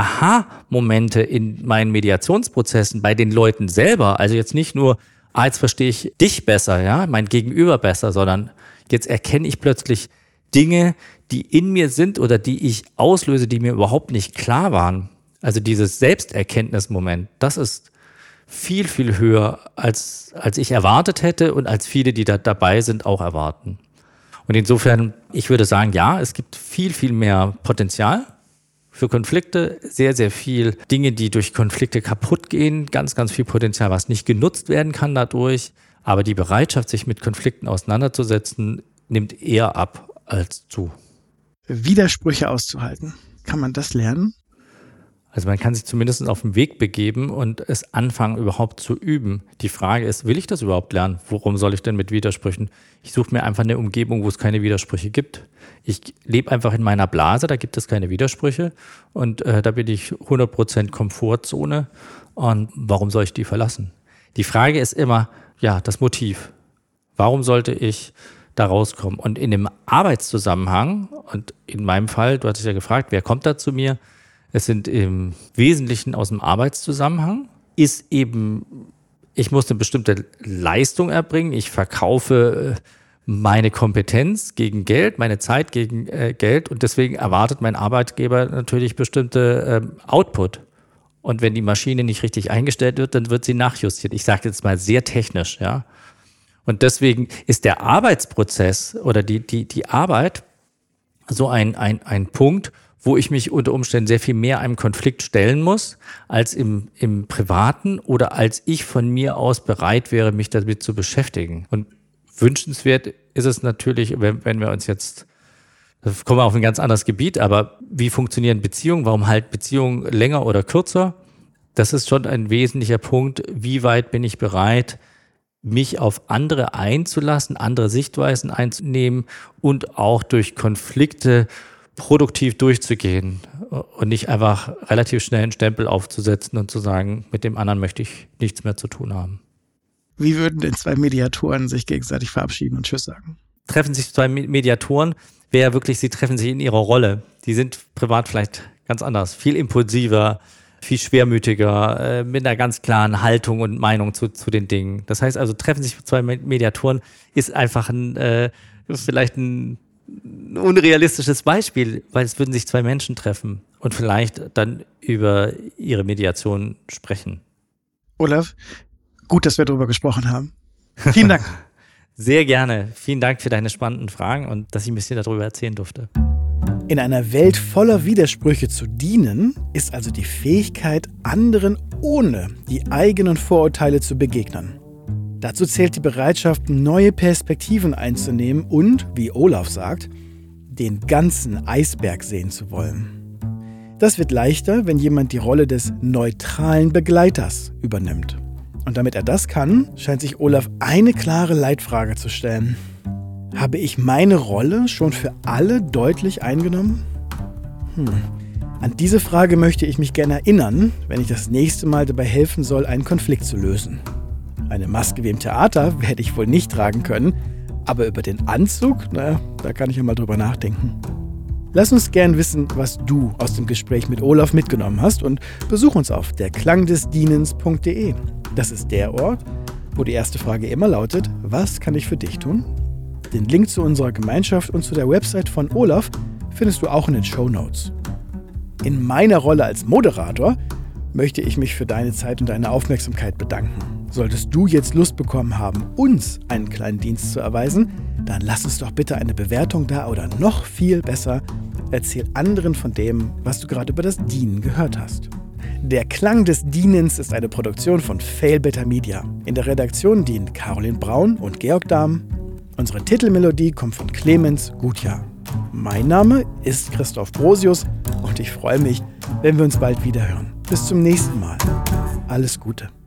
Aha-Momente in meinen Mediationsprozessen bei den Leuten selber, also jetzt nicht nur, jetzt verstehe ich dich besser, ja, mein Gegenüber besser, sondern jetzt erkenne ich plötzlich Dinge, die in mir sind oder die ich auslöse, die mir überhaupt nicht klar waren. Also dieses Selbsterkenntnismoment, das ist viel, viel höher, als ich erwartet hätte und als viele, die da dabei sind, auch erwarten. Und insofern, ich würde sagen, ja, es gibt viel, viel mehr Potenzial für Konflikte, sehr, sehr viel Dinge, die durch Konflikte kaputt gehen, ganz, ganz viel Potenzial, was nicht genutzt werden kann dadurch. Aber die Bereitschaft, sich mit Konflikten auseinanderzusetzen, nimmt eher ab als zu. Widersprüche auszuhalten. Kann man das lernen? Also man kann sich zumindest auf den Weg begeben und es anfangen überhaupt zu üben. Die Frage ist, will ich das überhaupt lernen? Worum soll ich denn mit Widersprüchen? Ich suche mir einfach eine Umgebung, wo es keine Widersprüche gibt. Ich lebe einfach in meiner Blase, da gibt es keine Widersprüche und da bin ich 100% Komfortzone. Und warum soll ich die verlassen? Die Frage ist immer, ja, das Motiv. Warum sollte ich da rauskommen? Und in dem Arbeitszusammenhang, und in meinem Fall, du hattest ja gefragt, wer kommt da zu mir? Es sind im Wesentlichen aus dem Arbeitszusammenhang, ist eben, ich muss eine bestimmte Leistung erbringen, ich verkaufe meine Kompetenz gegen Geld, meine Zeit gegen Geld und deswegen erwartet mein Arbeitgeber natürlich bestimmte Output. Und wenn die Maschine nicht richtig eingestellt wird, dann wird sie nachjustiert. Ich sage jetzt mal sehr technisch, ja. Und deswegen ist der Arbeitsprozess oder die Arbeit so ein Punkt, wo ich mich unter Umständen sehr viel mehr einem Konflikt stellen muss, als im Privaten oder als ich von mir aus bereit wäre, mich damit zu beschäftigen. Und wünschenswert ist es natürlich, wenn wir uns jetzt, kommen wir auf ein ganz anderes Gebiet, aber wie funktionieren Beziehungen? Warum halten Beziehungen länger oder kürzer? Das ist schon ein wesentlicher Punkt. Wie weit bin ich bereit, mich auf andere einzulassen, andere Sichtweisen einzunehmen und auch durch Konflikte produktiv durchzugehen und nicht einfach relativ schnell einen Stempel aufzusetzen und zu sagen, mit dem anderen möchte ich nichts mehr zu tun haben. Wie würden denn zwei Mediatoren sich gegenseitig verabschieden und Tschüss sagen? Treffen sich zwei Mediatoren, wäre wirklich, sie treffen sich in ihrer Rolle. Die sind privat vielleicht ganz anders, viel impulsiver, viel schwermütiger, mit einer ganz klaren Haltung und Meinung zu den Dingen. Das heißt also, treffen sich zwei Mediatoren ist einfach vielleicht ein unrealistisches Beispiel, weil es würden sich zwei Menschen treffen und vielleicht dann über ihre Mediation sprechen. Olaf, gut, dass wir darüber gesprochen haben. Vielen Dank. Sehr gerne. Vielen Dank für deine spannenden Fragen und dass ich ein bisschen darüber erzählen durfte. In einer Welt voller Widersprüche zu dienen, ist also die Fähigkeit, anderen ohne die eigenen Vorurteile zu begegnen. Dazu zählt die Bereitschaft, neue Perspektiven einzunehmen und, wie Olaf sagt, den ganzen Eisberg sehen zu wollen. Das wird leichter, wenn jemand die Rolle des neutralen Begleiters übernimmt. Und damit er das kann, scheint sich Olaf eine klare Leitfrage zu stellen. Habe ich meine Rolle schon für alle deutlich eingenommen? An diese Frage möchte ich mich gerne erinnern, wenn ich das nächste Mal dabei helfen soll, einen Konflikt zu lösen. Eine Maske wie im Theater werde ich wohl nicht tragen können, aber über den Anzug, da kann ich ja mal drüber nachdenken. Lass uns gern wissen, was du aus dem Gespräch mit Olaf mitgenommen hast und besuch uns auf derklangdesdienens.de. Das ist der Ort, wo die erste Frage immer lautet, was kann ich für dich tun? Den Link zu unserer Gemeinschaft und zu der Website von Olaf findest du auch in den Shownotes. In meiner Rolle als Moderator möchte ich mich für deine Zeit und deine Aufmerksamkeit bedanken. Solltest du jetzt Lust bekommen haben, uns einen kleinen Dienst zu erweisen, dann lass uns doch bitte eine Bewertung da oder noch viel besser, erzähl anderen von dem, was du gerade über das Dienen gehört hast. Der Klang des Dienens ist eine Produktion von Failbetter Media. In der Redaktion dienen Caroline Braun und Georg Dahm. Unsere Titelmelodie kommt von Clemens Gutjahr. Mein Name ist Christoph Brosius und ich freue mich, wenn wir uns bald wieder hören. Bis zum nächsten Mal. Alles Gute.